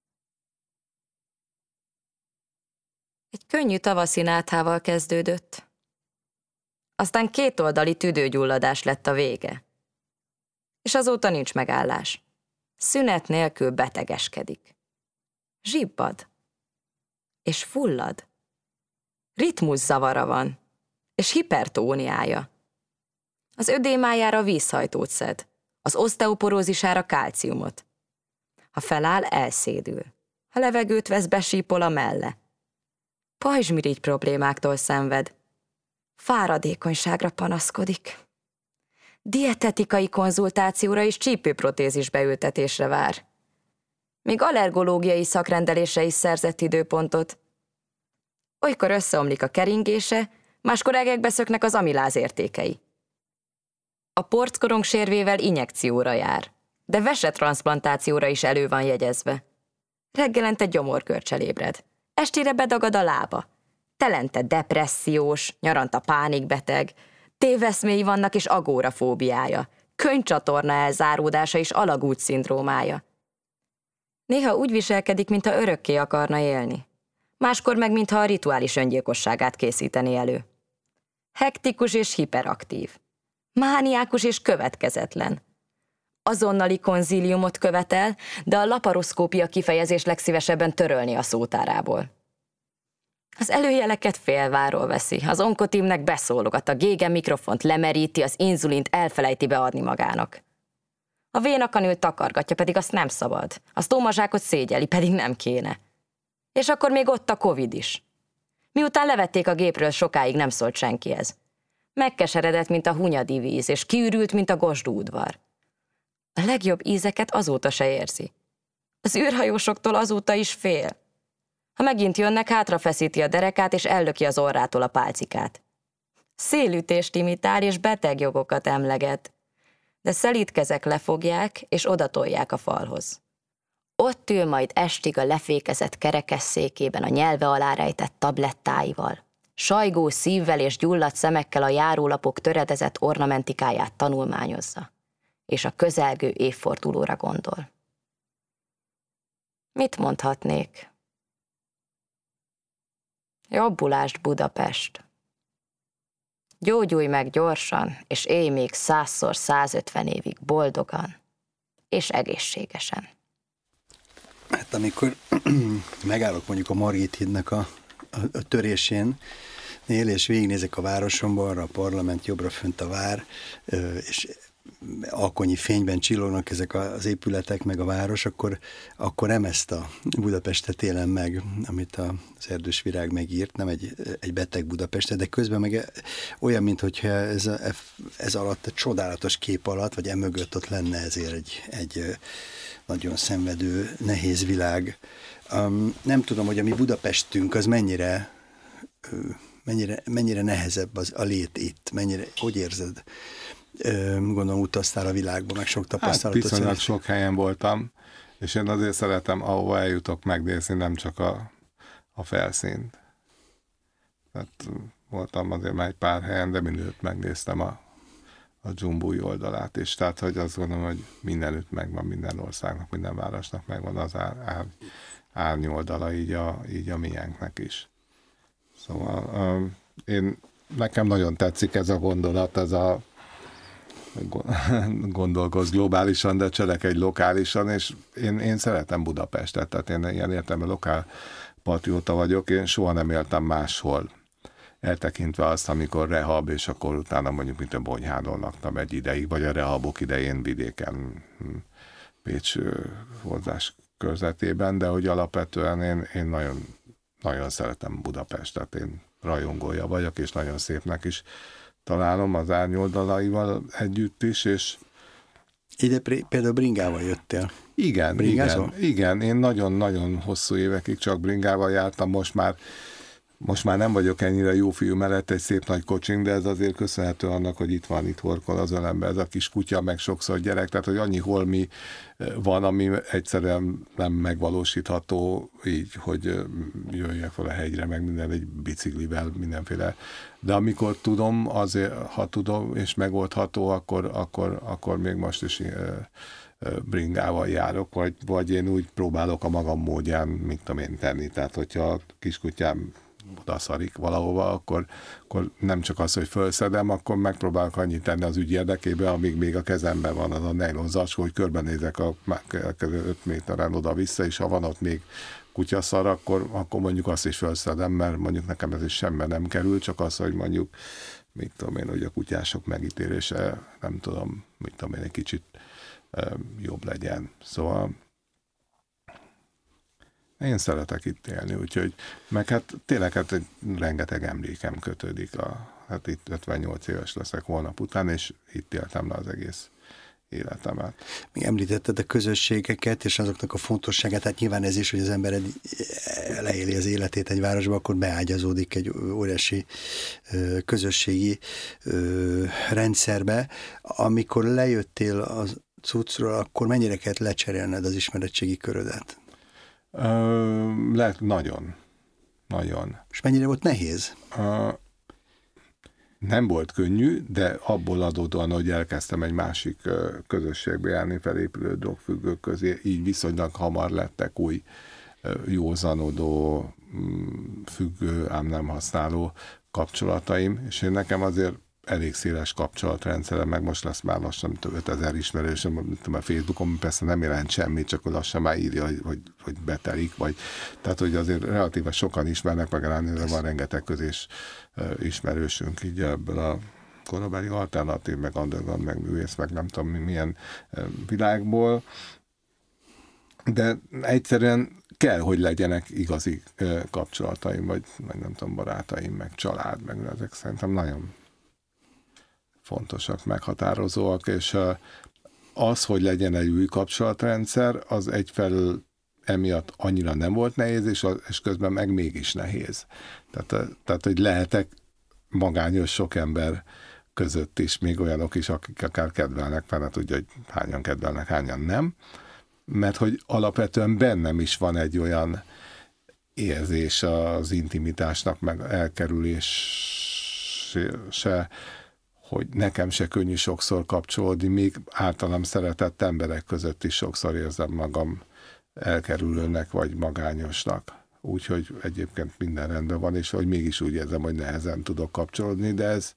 Egy könnyű tavaszi náthával kezdődött. Aztán kétoldali tüdőgyulladás lett a vége. És azóta nincs megállás. Szünet nélkül betegeskedik. Zsibbad. És fullad. Ritmuszavara van. És hipertóniája. Az ödémájára vízhajtót szed. Az oszteoporózisára kálciumot. Ha feláll, elszédül. Ha levegőt vesz, besípol a melle. Pajzsmirigy problémáktól szenved. Fáradékonyságra panaszkodik. Dietetikai konzultációra és csípőprotézis beültetésre vár. Még allergológiai szakrendelésre is szerzett időpontot. Olykor összeomlik a keringése, máskor egekbe szöknek az amiláz értékei. A porckorong sérvével injekcióra jár, de vesetranszplantációra is elő van jegyezve. Reggelente gyomorgörcsel ébred. Estére bedagad a lába. Telente depressziós, nyaranta pánikbeteg, téveszméi vannak és agórafóbiája, könycsatorna elzáródása és alagút szindrómája. Néha úgy viselkedik, mintha örökké akarna élni. Máskor meg, mintha a rituális öngyilkosságát készíteni elő. Hektikus és hiperaktív. Mániákus és következetlen. Azonnali konzíliumot követel, de a laparoszkópia kifejezés legszívesebben törölni a szótárából. Az előjeleket félváról veszi, az onkotímnek beszólogat, a gégen mikrofont lemeríti, az inzulint elfelejti beadni magának. A vénakanül takargatja, pedig azt nem szabad. A sztómazsákot szégyeli, pedig nem kéne. És akkor még ott a Covid is. Miután levették a gépről, sokáig nem szólt senkihez. Megkeseredett, mint a hunyadi víz, és kiürült, mint a gosdúudvar. A legjobb ízeket azóta se érzi. Az űrhajósoktól azóta is fél. Ha megint jönnek, hátrafeszíti a derekát, és ellöki az orrától a pálcikát. Szélütést imitál, és betegjogokat emleget. De szelíd kezek lefogják, és odatolják a falhoz. Ott ül majd estig a lefékezett kerekesszékében a nyelve alá rejtett tablettáival. Sajgó szívvel és gyulladt szemekkel a járólapok töredezett ornamentikáját tanulmányozza, és a közelgő évfordulóra gondol. Mit mondhatnék? Jobbulást, Budapest! Gyógyulj meg gyorsan, és élj még százszor százötven évig boldogan és egészségesen. Hát amikor megállok mondjuk a Margit hídnak a, a, a törésén, és végignézek a városomba, arra a parlament, jobbra fönt a vár, és alkonyi fényben csillognak ezek az épületek, meg a város, akkor, akkor nem ezt a Budapestet élem meg, amit az Erdős Virág megírt, nem egy, egy beteg Budapestet, de közben meg olyan, mintha ez, ez alatt, a csodálatos kép alatt, vagy emögött ott lenne ezért egy, egy nagyon szenvedő, nehéz világ. Um, nem tudom, hogy a mi Budapestünk az mennyire, mennyire, mennyire nehezebb az, a lét itt, mennyire, hogy érzed? Gondolom utaztál a világban, meg sok tapasztalatot. Hát viszonylag sok helyen voltam, és én azért szeretem, ahova eljutok megnézni, nem csak a, a felszínt. Tehát voltam azért már egy pár helyen, de mindenütt megnéztem a, a dzsumbúj oldalát is. Tehát, hogy azt gondolom, hogy mindenütt megvan, minden országnak, minden városnak megvan az ár, ár, árnyoldala, így a, így a miénknek is. Szóval uh, én, nekem nagyon tetszik ez a gondolat, ez a gondolkozz globálisan, de cselekedj lokálisan, és én, én szeretem Budapestet, tehát én ilyen értelemben lokál patrióta vagyok, én soha nem éltem máshol. Eltekintve azt, amikor rehab, és akkor utána mondjuk, mint a Bonyhádon laktam egy ideig, vagy a rehabok idején vidéken, Pécs hozzás körzetében, de hogy alapvetően én, én nagyon, nagyon szeretem Budapestet, én rajongója vagyok, és nagyon szépnek is találom az árnyoldalaival együtt is, és ide például bringával jöttél. Igen, Bringázol? igen, igen. Én nagyon-nagyon hosszú évekig csak bringával jártam, most már most már nem vagyok ennyire jó fiú mellett egy szép nagy kocsing, de ez azért köszönhető annak, hogy itt van, itt horkol az ölembe ez a kis kutya, meg sokszor gyerek, tehát hogy annyi holmi van, ami egyszerűen nem megvalósítható így, hogy jöjjek fel a hegyre, meg minden egy biciklivel, mindenféle. De amikor tudom, azért, ha tudom, és megoldható, akkor, akkor, akkor még most is bringával járok, vagy, vagy én úgy próbálok a magam módján, mit tudom én tenni. Tehát, hogyha a kiskutyám odaszarik valahova, akkor, akkor nem csak az, hogy felszedem, akkor megpróbálok annyit tenni az ügy érdekében, amíg még a kezemben van az a nylon zacskó, hogy körbenézek a öt méteren oda-vissza, és ha van ott még kutyaszar, akkor, akkor mondjuk azt is felszedem, mert mondjuk nekem ez is semmi nem kerül, csak az, hogy mondjuk, mit tudom én, hogy a kutyások megítélése, nem tudom, mit tudom én, egy kicsit jobb legyen. Szóval én szeretek itt élni, úgyhogy meg hát tényleg hát egy rengeteg emlékem kötődik. A, hát itt ötvennyolc éves leszek holnap után, és itt éltem le az egész életemet. Még említetted a közösségeket, és azoknak a fontosságát, hát nyilván ez is, hogy az ember leéli az életét egy városba, akkor beágyazódik egy óriási közösségi rendszerbe. Amikor lejöttél az cuccról, akkor mennyire kellett lecserélned az ismeretségi körödet? Ö, lehet, nagyon. Nagyon. És mennyire volt nehéz? Ö, nem volt könnyű, de abból adódóan, hogy elkezdtem egy másik közösségbe járni, felépülő drogfüggők közé, így viszonylag hamar lettek új józanodó, függő, ám nem használó kapcsolataim, és én nekem azért elég széles kapcsolatrendszerem, meg most lesz már lassan ötezer ismerősöm a Facebookon, persze nem jelent semmit, csak lassan már írja, hogy, hogy, hogy betelik, vagy tehát, hogy azért relatíve sokan ismernek, meg ránézve van rengeteg közés ismerősünk így ebből a korabeli alternatív, meg underground, meg művész, meg nem tudom milyen világból, de egyszerűen kell, hogy legyenek igazi kapcsolataim, vagy, vagy nem tudom, barátaim, meg család, meg ezek szerintem nagyon fontosak, meghatározóak, és az, hogy legyen egy új kapcsolatrendszer, az egyfelől emiatt annyira nem volt nehéz, és, az, és közben meg mégis nehéz. Tehát, tehát, hogy lehetek magányos sok ember között is, még olyanok is, akik akár kedvelnek, mert tudja, hogy hányan kedvelnek, hányan nem, mert hogy alapvetően bennem is van egy olyan érzés az intimitásnak, meg elkerülése, hogy nekem se könnyű sokszor kapcsolódni, még általam szeretett emberek között is sokszor érzem magam elkerülőnek, vagy magányosnak. Úgyhogy egyébként minden rendben van, és hogy mégis úgy érzem, hogy nehezen tudok kapcsolódni, de ez,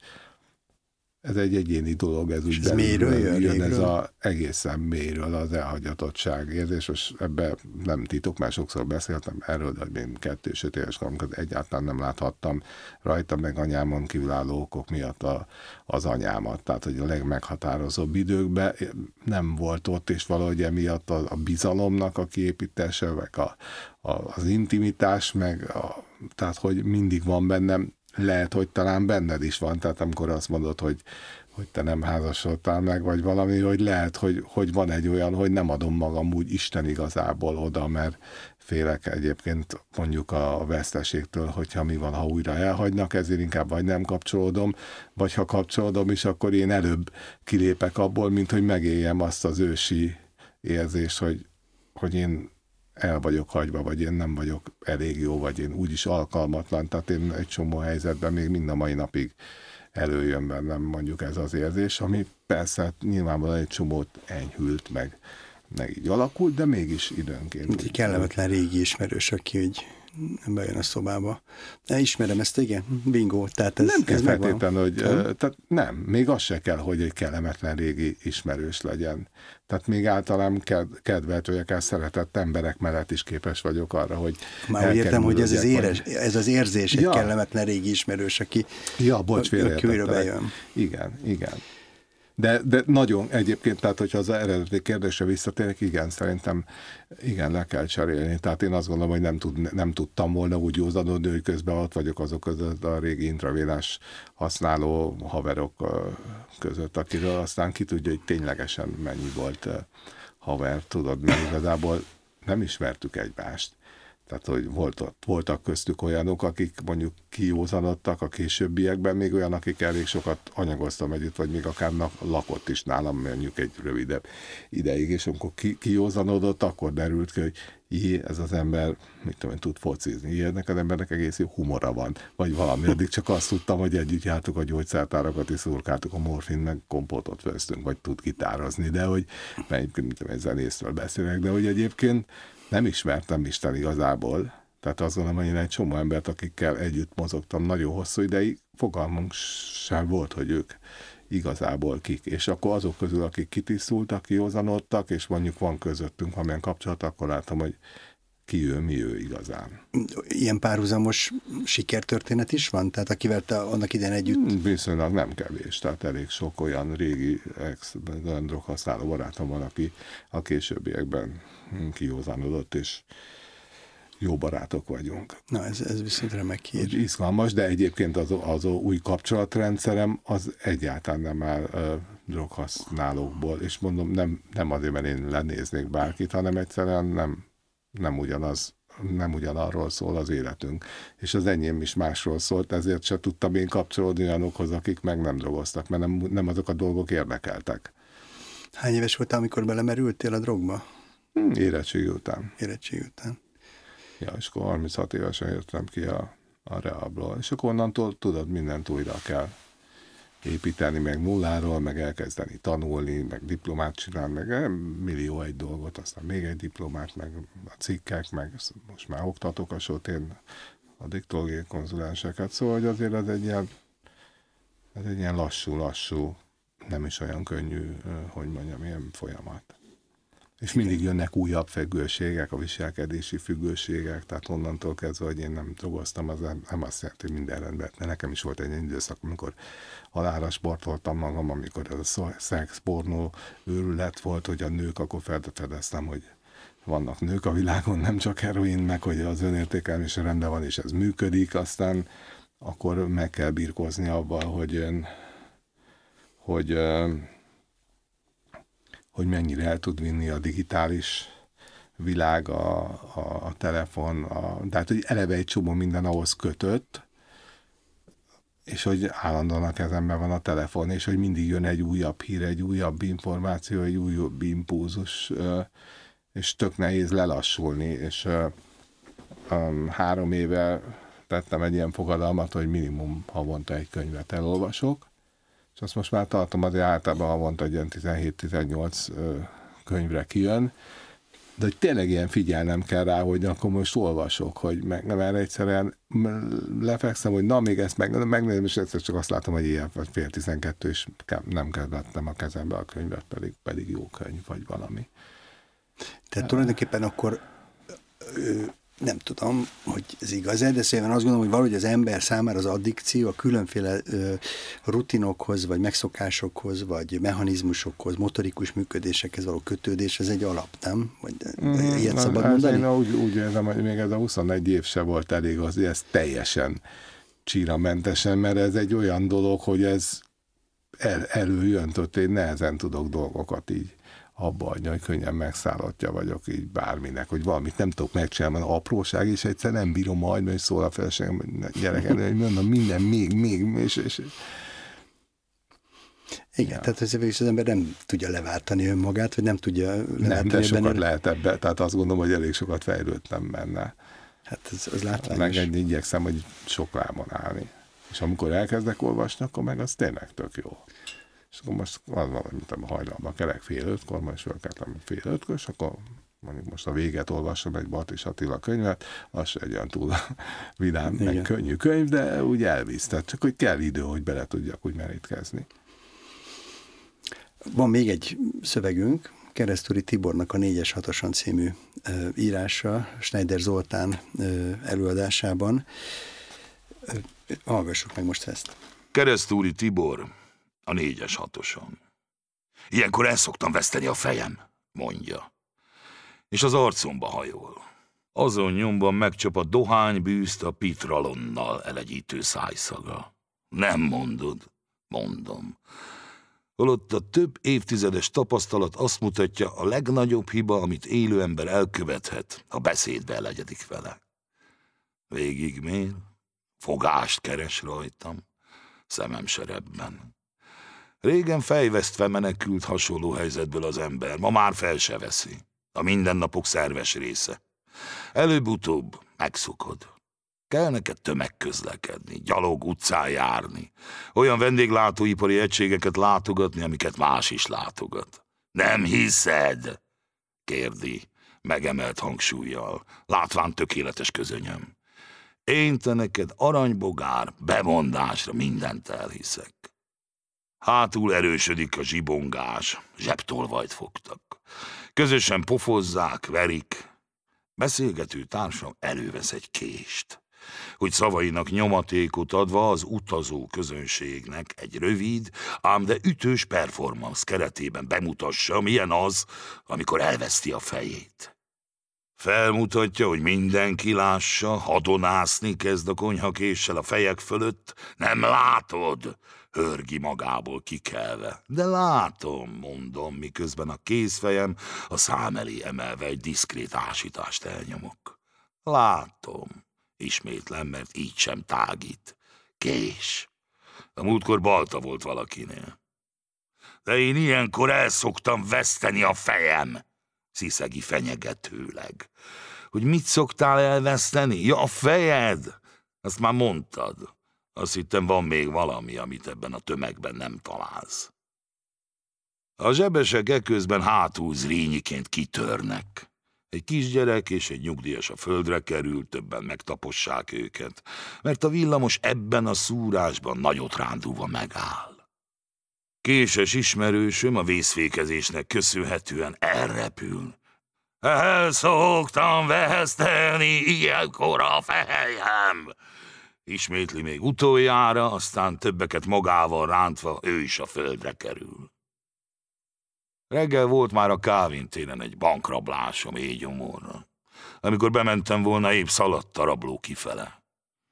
ez egy egyéni dolog, ez és úgy ez mélyről jön, jön, ez a egészen mélyről az elhagyatottság érzés, és ebbe nem titok, mert sokszor beszéltem erről, de én kettős öt éves koromban egyáltalán nem láthattam rajta, meg anyámon kívülálló okok miatt a, az anyámat. Tehát, hogy a legmeghatározóbb időkben nem volt ott, és valahogy emiatt a, a bizalomnak a kiépítése, meg a, a, az intimitás, meg a, tehát, hogy mindig van bennem. Lehet, hogy talán benned is van, tehát amikor azt mondod, hogy, hogy te nem házasodtál meg, vagy valami, hogy lehet, hogy, hogy van egy olyan, hogy nem adom magam úgy Isten igazából oda, mert félek egyébként mondjuk a veszteségtől, hogyha mi van, ha újra elhagynak, ezért inkább vagy nem kapcsolódom, vagy ha kapcsolódom is, akkor én előbb kilépek abból, mint hogy megéljem azt az ősi érzést, hogy, hogy én el vagyok hagyva, vagy én nem vagyok elég jó, vagy én úgyis alkalmatlan, tehát én egy csomó helyzetben még mind a mai napig előjön bennem mondjuk ez az érzés, ami persze nyilvánvalóan egy csomót enyhült, meg, meg így alakult, de mégis időnként. Mint egy kellemetlen régi ismerős, aki úgy bejön a szobába. De ismerem ezt, igen, bingo. Tehát ez, nem kell ez feltétlenül, hogy nem? Tehát nem, még az se kell, hogy egy kellemetlen régi ismerős legyen. Tehát még általán kedvelt, vagy akár szeretett emberek mellett is képes vagyok arra, hogy már úgy értem, hogy ez az, éres, ez az érzés egy ja. kellemetlen régi ismerős, aki ja, bocs, bejön. Igen, igen. De, de nagyon egyébként, tehát hogyha az eredeti kérdésre visszatérek, igen, szerintem igen, le kell cserélni. Tehát én azt gondolom, hogy nem, tud, nem tudtam volna úgy józanodni, hogy közben ott vagyok azok között a régi intravélás használó haverok között, akiről aztán ki tudja, hogy ténylegesen mennyi volt haver, tudod, mert igazából nem ismertük egymást. Tehát, hogy volt, voltak köztük olyanok, akik mondjuk kijózanodtak a későbbiekben, még olyan, akik elég sokat anyagoztam együtt, vagy még akár lakott is nálam, mondjuk egy rövidebb ideig, és amikor ki, kijózanodott, akkor derült ki, hogy jé, ez az ember, mit tudom, tud focizni, jé, ennek az embernek egész jó humora van, vagy valami. Addig csak azt tudtam, hogy együtt jártuk a gyógyszertárakat, és szurkáltuk a morfin, meg kompótot főztünk, vagy tud gitározni, de hogy, mert mit tudom, egy zenészről beszélek, de hogy egyébként nem ismertem Isten igazából. Tehát azt gondolom, hogy én egy csomó embert, akikkel együtt mozogtam nagyon hosszú ideig, fogalmunk sem volt, hogy ők igazából kik. És akkor azok közül, akik kitisztultak, kiózanodtak, és mondjuk van közöttünk valamilyen kapcsolat, akkor látom, hogy ki ő, mi ő igazán. Ilyen párhuzamos sikertörténet is van? Tehát akivel te annak idején együtt? Viszonylag nem kevés. Tehát elég sok olyan régi ex-droghasználó barátom van, aki a későbbiekben kiózanodott, és jó barátok vagyunk. Na, ez, ez viszont remek hír. Izgalmas, de egyébként az, az új kapcsolatrendszerem az egyáltalán nem áll uh, droghasználókból, és mondom, nem, nem azért, mert én lenéznék bárkit, hanem egyszerűen nem, nem ugyanaz, nem ugyanarról szól az életünk. És az enyém is másról szólt, ezért se tudtam én kapcsolódni olyanokhoz, akik meg nem drogoztak, mert nem, nem azok a dolgok érdekeltek. Hány éves voltál, amikor belemerültél a drogba? Érettségi után. Érettségi után. Ja, és akkor harminchat évesen jöttem ki a, a rehabról, és akkor onnantól tudod, mindent újra kell építeni, meg nulláról, meg elkezdeni tanulni, meg diplomát csinálni, meg millió egy dolgot, aztán még egy diplomát, meg a cikkek, meg most már oktatok a sotén a diktológiai konzulenseket, szóval hogy azért ez egy ilyen, ez egy ilyen lassú-lassú, nem is olyan könnyű, hogy mondjam, ilyen folyamat. És mindig jönnek újabb függőségek, a viselkedési függőségek, tehát onnantól kezdve, hogy én nem drogoztam, az nem azt jelenti, hogy minden rendben. De nekem is volt egy időszak, amikor halálra sportoltam magam, amikor ez a szex, pornó őrület volt, hogy a nők, akkor felfedeztem, hogy vannak nők a világon, nem csak heroin, meg hogy az önértékelés rendben van, és ez működik, aztán akkor meg kell birkózni abban, hogy, hogy hogy mennyire el tud vinni a digitális világ, a, a, a telefon, a, tehát hogy eleve egy csomó minden ahhoz kötött, és hogy állandóan a kezemben van a telefon, és hogy mindig jön egy újabb hír, egy újabb információ, egy újabb impulzus, és tök nehéz lelassulni, és um, három éve tettem egy ilyen fogadalmat, hogy minimum havonta egy könyvet elolvasok, és azt most már tartom, azért általában havonta egy ilyen tizenhét-tizennyolc könyvre kijön, de hogy tényleg ilyen figyelnem kell rá, hogy akkor most olvasok, hogy meg nem erre egyszerűen lefekszem, hogy na, még ezt meg, megnézem, és egyszer csak azt látom, hogy ilyen vagy fél tizenkettő, és nem kezdettem a kezembe a könyvet, pedig, pedig jó könyv, vagy valami. Tehát tulajdonképpen akkor nem tudom, hogy ez igaz-e, de szóval azt gondolom, hogy valahogy az ember számára az addikció a különféle ö, rutinokhoz, vagy megszokásokhoz, vagy mechanizmusokhoz, motorikus működésekhez való kötődés, ez egy alap, nem? Vagy mm, ilyet szabad mondani? Én úgy, úgy érzem, hogy még ez a huszonegy év se volt elég az, hogy ez teljesen csíramentesen, mert ez egy olyan dolog, hogy ez el, előjön, hogy én nehezen tudok dolgokat így abba adni, hogy könnyen megszállottja vagyok így bárminek, hogy valamit nem tudok megcsinálni, mert apróság, és egyszer nem bírom majd, mert szól a feleségem, hogy gyerek elő, hogy mondom, minden, még, még, és... és... Igen, ja. Tehát az, az ember nem tudja leváltani önmagát, vagy nem tudja leváltani. Nem, de sokat benne... lehet ebbe, tehát azt gondolom, hogy elég sokat fejlődtem benne. Hát ez, az látványos. Meg egy igyekszem, hogy sok lábon állni. És amikor elkezdek olvasni, akkor meg az tényleg tök jó. És akkor most az valami, mint a hajnalban kelek fél ötkor, majd fölkeltem fél ötkor, és akkor mondjuk most a véget olvasom egy Bartis Attila könyvet, az se egy olyan túl vidám, igen, meg könnyű könyv, de úgy elvisz. Tehát csak hogy kell idő, hogy bele tudjak úgy merítkezni. Van még egy szövegünk, Keresztúri Tibornak a négyes hatosan című uh, írása, Schneider Zoltán uh, előadásában. Uh, hallgassuk meg most ezt. Keresztúri Tibor, a négyes hatoson. Ilyenkor el szoktam veszteni a fejem, mondja. És az arcomba hajol. Azon nyomban megcsap a dohánybűzt a pitralonnal elegyítő szájszaga. Nem mondod, mondom. Holott a több évtizedes tapasztalat azt mutatja, a legnagyobb hiba, amit élő ember elkövethet, a beszédbe elegyedik vele. Végigmér, fogást keres rajtam, szemem serebben. Régen fejvesztve menekült hasonló helyzetből az ember, ma már fel se veszi. A mindennapok szerves része. Előbb-utóbb megszokod. Kell neked tömegközlekedni, gyalog utcán járni, olyan vendéglátóipari egységeket látogatni, amiket más is látogat. Nem hiszed? Kérdi, megemelt hangsúllyal, látván tökéletes közönyöm. Én te neked aranybogár, bemondásra mindent elhiszek. Hátul erősödik a zsibongás, zsebtolvajt fogtak. Közösen pofozzák, verik. Beszélgető társam elővesz egy kést, hogy szavainak nyomatékot adva az utazó közönségnek egy rövid, ám de ütős performance keretében bemutassa, milyen az, amikor elveszti a fejét. Felmutatja, hogy mindenki lássa, hadonászni kezd a konyhakéssel a fejek fölött. Nem látod? Hörgi magából kikelve. De látom, mondom, miközben a kézfejem a szám elé emelve egy diszkrét ásítást elnyomok. Látom, ismétlem, mert így sem tágít. Kés. A múltkor balta volt valakinél. De én ilyenkor el szoktam veszteni a fejem, sziszegi fenyegetőleg. Hogy mit szoktál elveszteni? Ja, a fejed! Azt már mondtad. Azt hittem, van még valami, amit ebben a tömegben nem találsz. A zsebesek eközben hátul zrínyiként kitörnek. Egy kisgyerek és egy nyugdíjas a földre kerül, többen megtapossák őket, mert a villamos ebben a szúrásban nagyot rándulva megáll. Késes ismerősöm a vészfékezésnek köszönhetően elrepül. El szoktam veszteni ilyenkor a fejem! Ismétli még utoljára, aztán többeket magával rántva ő is a földre kerül. Reggel volt már a Calvin téren egy bankrablásom éjgyomorra. Amikor bementem volna, épp szaladt a rabló kifele.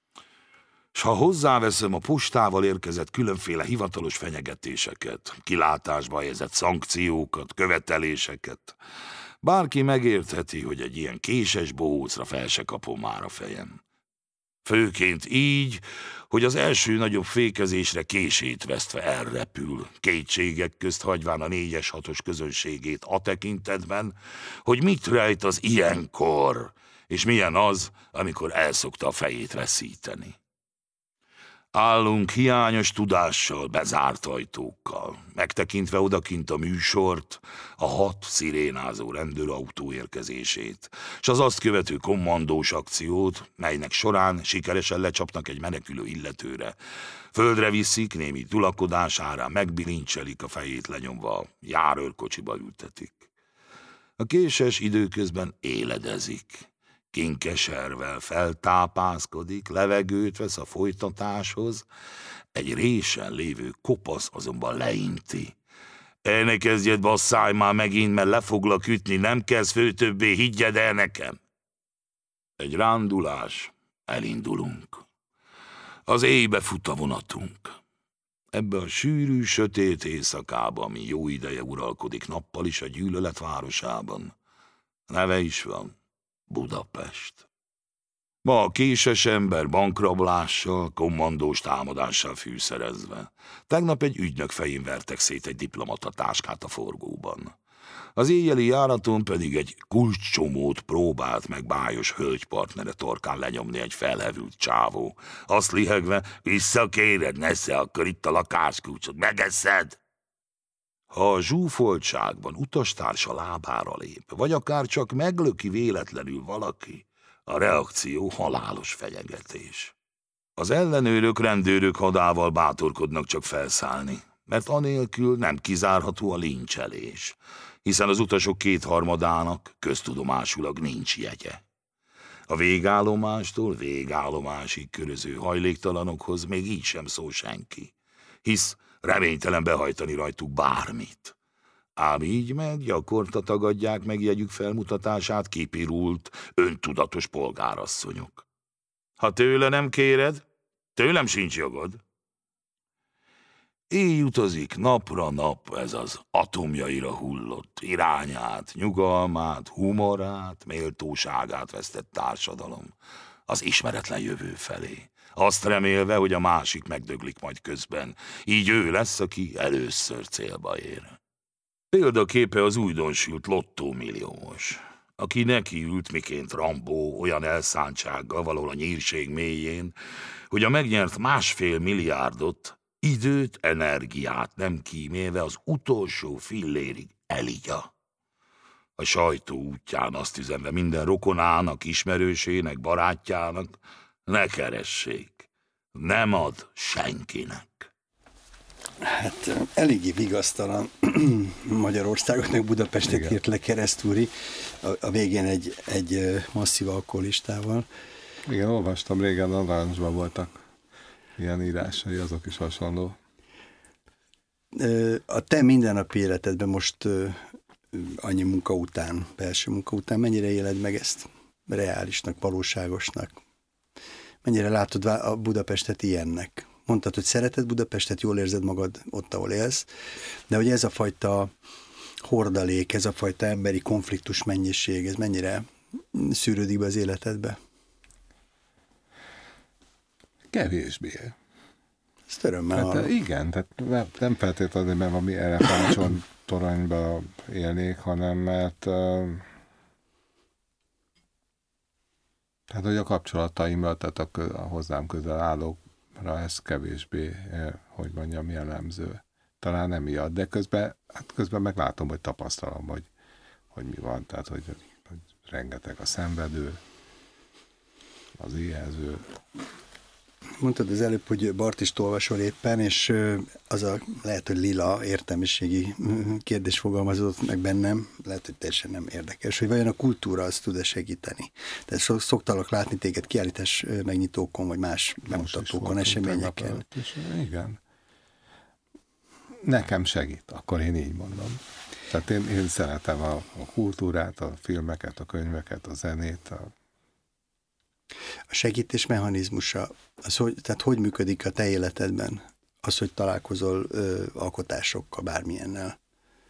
S ha hozzáveszem a postával érkezett különféle hivatalos fenyegetéseket, kilátásba helyezett szankciókat, követeléseket, bárki megértheti, hogy egy ilyen késes bohócra fel se kapom már a fejem. Főként így, hogy az első nagyobb fékezésre kését vesztve elrepül, kétségek közt hagyván a négyes hatos közönségét a tekintetben, hogy mit rejt az ilyenkor, és milyen az, amikor elszokta a fejét veszíteni. Állunk hiányos tudással, bezárt ajtókkal, megtekintve odakint a műsort, a hat szirénázó rendőrautó érkezését, s az azt követő kommandós akciót, melynek során sikeresen lecsapnak egy menekülő illetőre. Földre viszik, némi tulakodásárán megbilincselik, a fejét lenyomva, járőrkocsiba ültetik. A késes időközben éledezik. Kinkeservel feltápászkodik, levegőt vesz a folytatáshoz, egy résen lévő kopasz azonban leinti. El ne kezdjed, basszálj már megint, mert le foglak ütni, nem kezd fő többé, higgyed el nekem. Egy rándulás, elindulunk. Az éjbe fut a vonatunk. Ebbe a sűrű, sötét éjszakában, ami jó ideje uralkodik nappal is a gyűlölet városában. Neve is van. Budapest. Ma a késes ember bankrablással, kommandós támadással fűszerezve. Tegnap egy ügynök fején vertek szét egy diplomata táskát a forgóban. Az éjjeli járaton pedig egy kulcscsomót próbált meg bájos hölgypartnere torkán lenyomni egy felhevült csávó. Azt lihegve, visszakéred, nesze, akkor itt a lakáskulcsot, megeszed! Ha a zsúfoltságban utastársa lábára lép, vagy akár csak meglöki véletlenül valaki, a reakció halálos fenyegetés. Az ellenőrök, rendőrök hadával bátorkodnak csak felszállni, mert anélkül nem kizárható a lincselés, hiszen az utasok kétharmadának köztudomásulag nincs jegye. A végállomástól végállomásig köröző hajléktalanokhoz még így sem szól senki, hisz reménytelen behajtani rajtuk bármit. Ám így meg gyakorta tagadják meg jegyük felmutatását kipirult, öntudatos polgárasszonyok. Ha tőle nem kéred, tőlem sincs jogod. Így utazik napra nap ez az atomjaira hullott, irányát, nyugalmát, humorát, méltóságát vesztett társadalom az ismeretlen jövő felé. Azt remélve, hogy a másik megdöglik majd közben. Így ő lesz, aki először célba ér. Példaképe az újdonsült lottómilliómos, aki nekiült miként Rambó olyan elszántsággal valahol a nyírség mélyén, hogy a megnyert másfél milliárdot, időt, energiát nem kímélve az utolsó fillérig eligya. A sajtó útján azt üzenve minden rokonának, ismerősének, barátjának, ne keressék, nem ad senkinek. Hát eléggé vigasztalan Magyarországot, meg Budapestet Igen. írt le Keresztúri, a, a végén egy, egy masszív alkoholistával. Igen, olvastam régen, a Narancsban voltak ilyen írásai, azok is hasonló. A te mindennapi életedben most annyi munka után, belső munka után, mennyire éled meg ezt reálisnak, valóságosnak? Mennyire látod a Budapestet ilyennek? Mondtad, hogy szereted Budapestet, jól érzed magad ott, ahol élsz, de hogy ez a fajta hordalék, ez a fajta emberi konfliktus mennyiség, ez mennyire szűrődik be az életedbe? Kevésbé. Ezt örömmel tehát, hallom. Igen, tehát nem feltétlenül, mert valami elefántcsont toronyba élnék, hanem mert uh, Tehát, hogy a kapcsolataimra, tehát a, kö, a hozzám közel állókra ez kevésbé, hogy mondjam, jellemző. Talán emiatt, de közben, hát közben meglátom, hogy tapasztalom, hogy, hogy mi van. Tehát, hogy, hogy rengeteg a szenvedő, az éhező. Mondtad az előbb, hogy Bartist olvasol éppen, és az a lehet, hogy lila értelmiségi kérdés fogalmazódott meg bennem, lehet, hogy teljesen nem érdekes, hogy vajon a kultúra az tud-e segíteni. Tehát szoktalak látni téged kiállítás megnyitókon, vagy más bemutatókon, eseményeken. Igen. Nekem segít, akkor én így mondom. Tehát én, én szeretem a, a kultúrát, a filmeket, a könyveket, a zenét, a A segítés mechanizmusa, az hogy, tehát hogy működik a te életedben? Az, hogy találkozol ö, alkotásokkal, bármilyennel?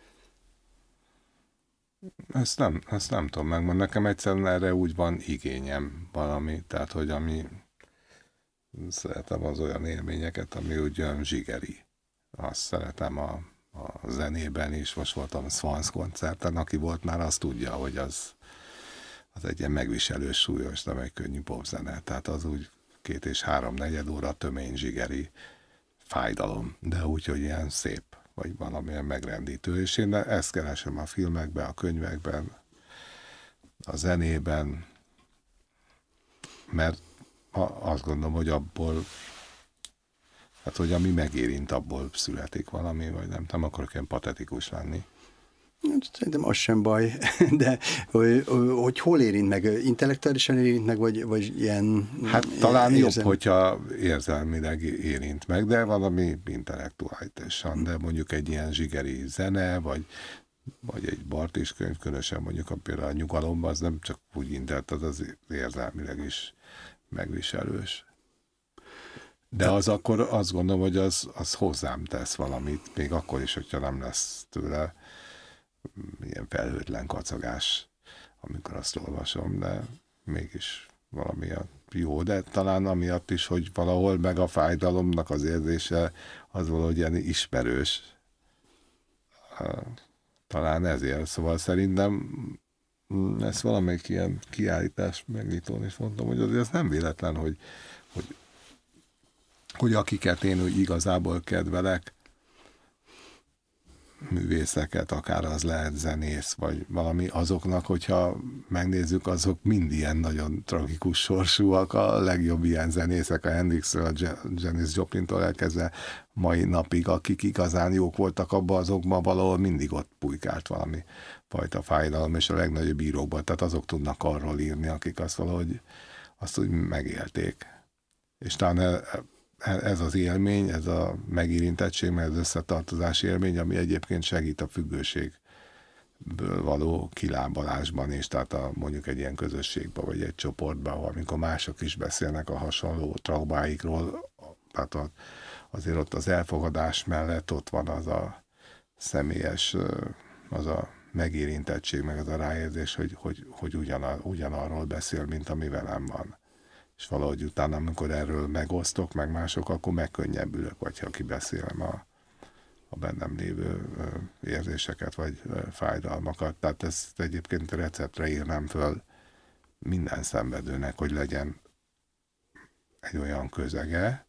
Ezt nem, ezt nem tudom megmondani. Nekem egyszerűen erre úgy van igényem valami, tehát hogy ami szeretem az olyan élményeket, ami úgy olyan zsigeri. Azt szeretem a, a zenében is. Most voltam Swans koncerten, aki volt már, azt tudja, hogy az az egy ilyen megviselő, súlyos, nem egy könnyű popzene. Tehát az úgy két és három negyed óra tömény zsigeri fájdalom, de úgy, hogy ilyen szép, vagy valamilyen megrendítő. És én ezt keresem a filmekben, a könyvekben, a zenében, mert azt gondolom, hogy abból, hát hogy ami megérint, abból születik valami, vagy nem, nem akarok ilyen patetikus lenni. Szerintem az sem baj, de hogy, hogy hol érint meg? Intellektuálisan érint meg, vagy, vagy ilyen... Hát talán érzem... jobb, hogyha érzelmileg érint meg, de valami intellektuálisan, de mondjuk egy ilyen zsigeri zene, vagy, vagy egy Bartis könyv, különösen mondjuk a, például a Nyugalomban, az nem csak úgy intett, az az érzelmileg is megviselős. De az akkor azt gondolom, hogy az, az hozzám tesz valamit, még akkor is, hogyha nem lesz tőle ilyen felhőtlen kacagás, amikor azt olvasom, de mégis valami jó, de talán amiatt is, hogy valahol meg a fájdalomnak az érzése az valahogy ilyen ismerős. Talán ezért. Szóval szerintem ezt valamelyik ilyen kiállítás megnyitón is mondtam, hogy azért ez nem véletlen, hogy, hogy, hogy akiket én úgy igazából kedvelek, művészeket, akár az lehet zenész, vagy valami, azoknak, hogyha megnézzük, azok mind ilyen nagyon tragikus sorsúak, a legjobb ilyen zenészek, a Hendrixről, a Janis Joplintól elkezdve mai napig, akik igazán jók voltak abban, azokban valahol mindig ott pulykált valami fajta fájdalom, és a legnagyobb írókban, tehát azok tudnak arról írni, akik azt valahogy azt úgy megélték. És talán ez az élmény, ez a megérintettség, meg az összetartozás élmény, ami egyébként segít a függőségből való kilábalásban is, tehát a, mondjuk egy ilyen közösségben, vagy egy csoportban, ahol amikor mások is beszélnek a hasonló traumáikról, tehát azért ott az elfogadás mellett ott van az a személyes, az a megérintettség, meg az a ráérzés, hogy, hogy, hogy ugyan, ugyanarról beszél, mint ami velem van. És valahogy utána, amikor erről megosztok, meg mások, akkor megkönnyebbülök, vagy ha kibeszélem a, a bennem lévő érzéseket, vagy fájdalmakat. Tehát ezt egyébként receptre írnám föl minden szenvedőnek, hogy legyen egy olyan közege,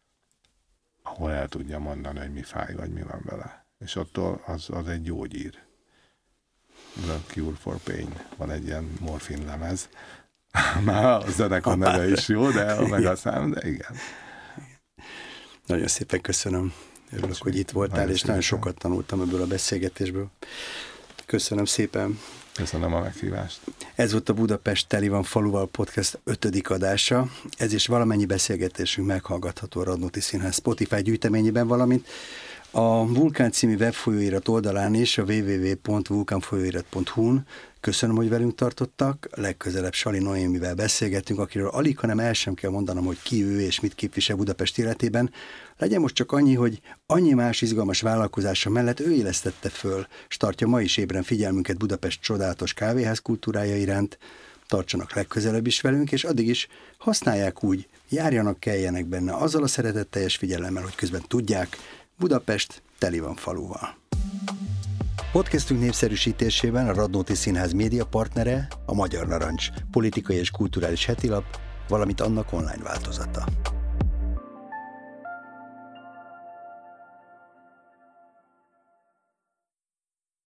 ahol el tudja mondani, hogy mi fáj, vagy mi van vele. És attól az, az egy gyógyír. The Cure for Pain. Van egy ilyen morfin lemez. Már a zenekar neve is jó, de a meg a szám, de igen. Nagyon szépen köszönöm. Örülök, hogy itt voltál, nagyon és szépen. Nagyon sokat tanultam ebből a beszélgetésből. Köszönöm szépen. Köszönöm a meghívást. Ez volt a Budapest Teli van faluval podcast ötödik adása. Ez is valamennyi beszélgetésünk meghallgatható a Radnóti Színház Spotify gyűjteményében, valamint a Vulkán című webfolyóirat oldalán is, a double-u double-u double-u pont vulkánfolyóirat pont hu-n. Köszönöm, hogy velünk tartottak. Legközelebb Sali Noémivel beszélgetünk, akiről alig, hanem el sem kell mondanom, hogy ki ő és mit képvisel Budapest életében. Legyen most csak annyi, hogy annyi más izgalmas vállalkozása mellett ő élesztette föl, és tartja ma is ébren figyelmünket Budapest csodálatos kávéház kultúrája iránt. Tartsanak legközelebb is velünk, és addig is használják úgy, járjanak, keljenek benne azzal a szeretetteljes figyelemmel, hogy közben tudják, Budapest teli van faluval. Podcastünk népszerűsítésében a Radnóti Színház média partnere a Magyar Narancs, politikai és kulturális hetilap, valamint annak online változata.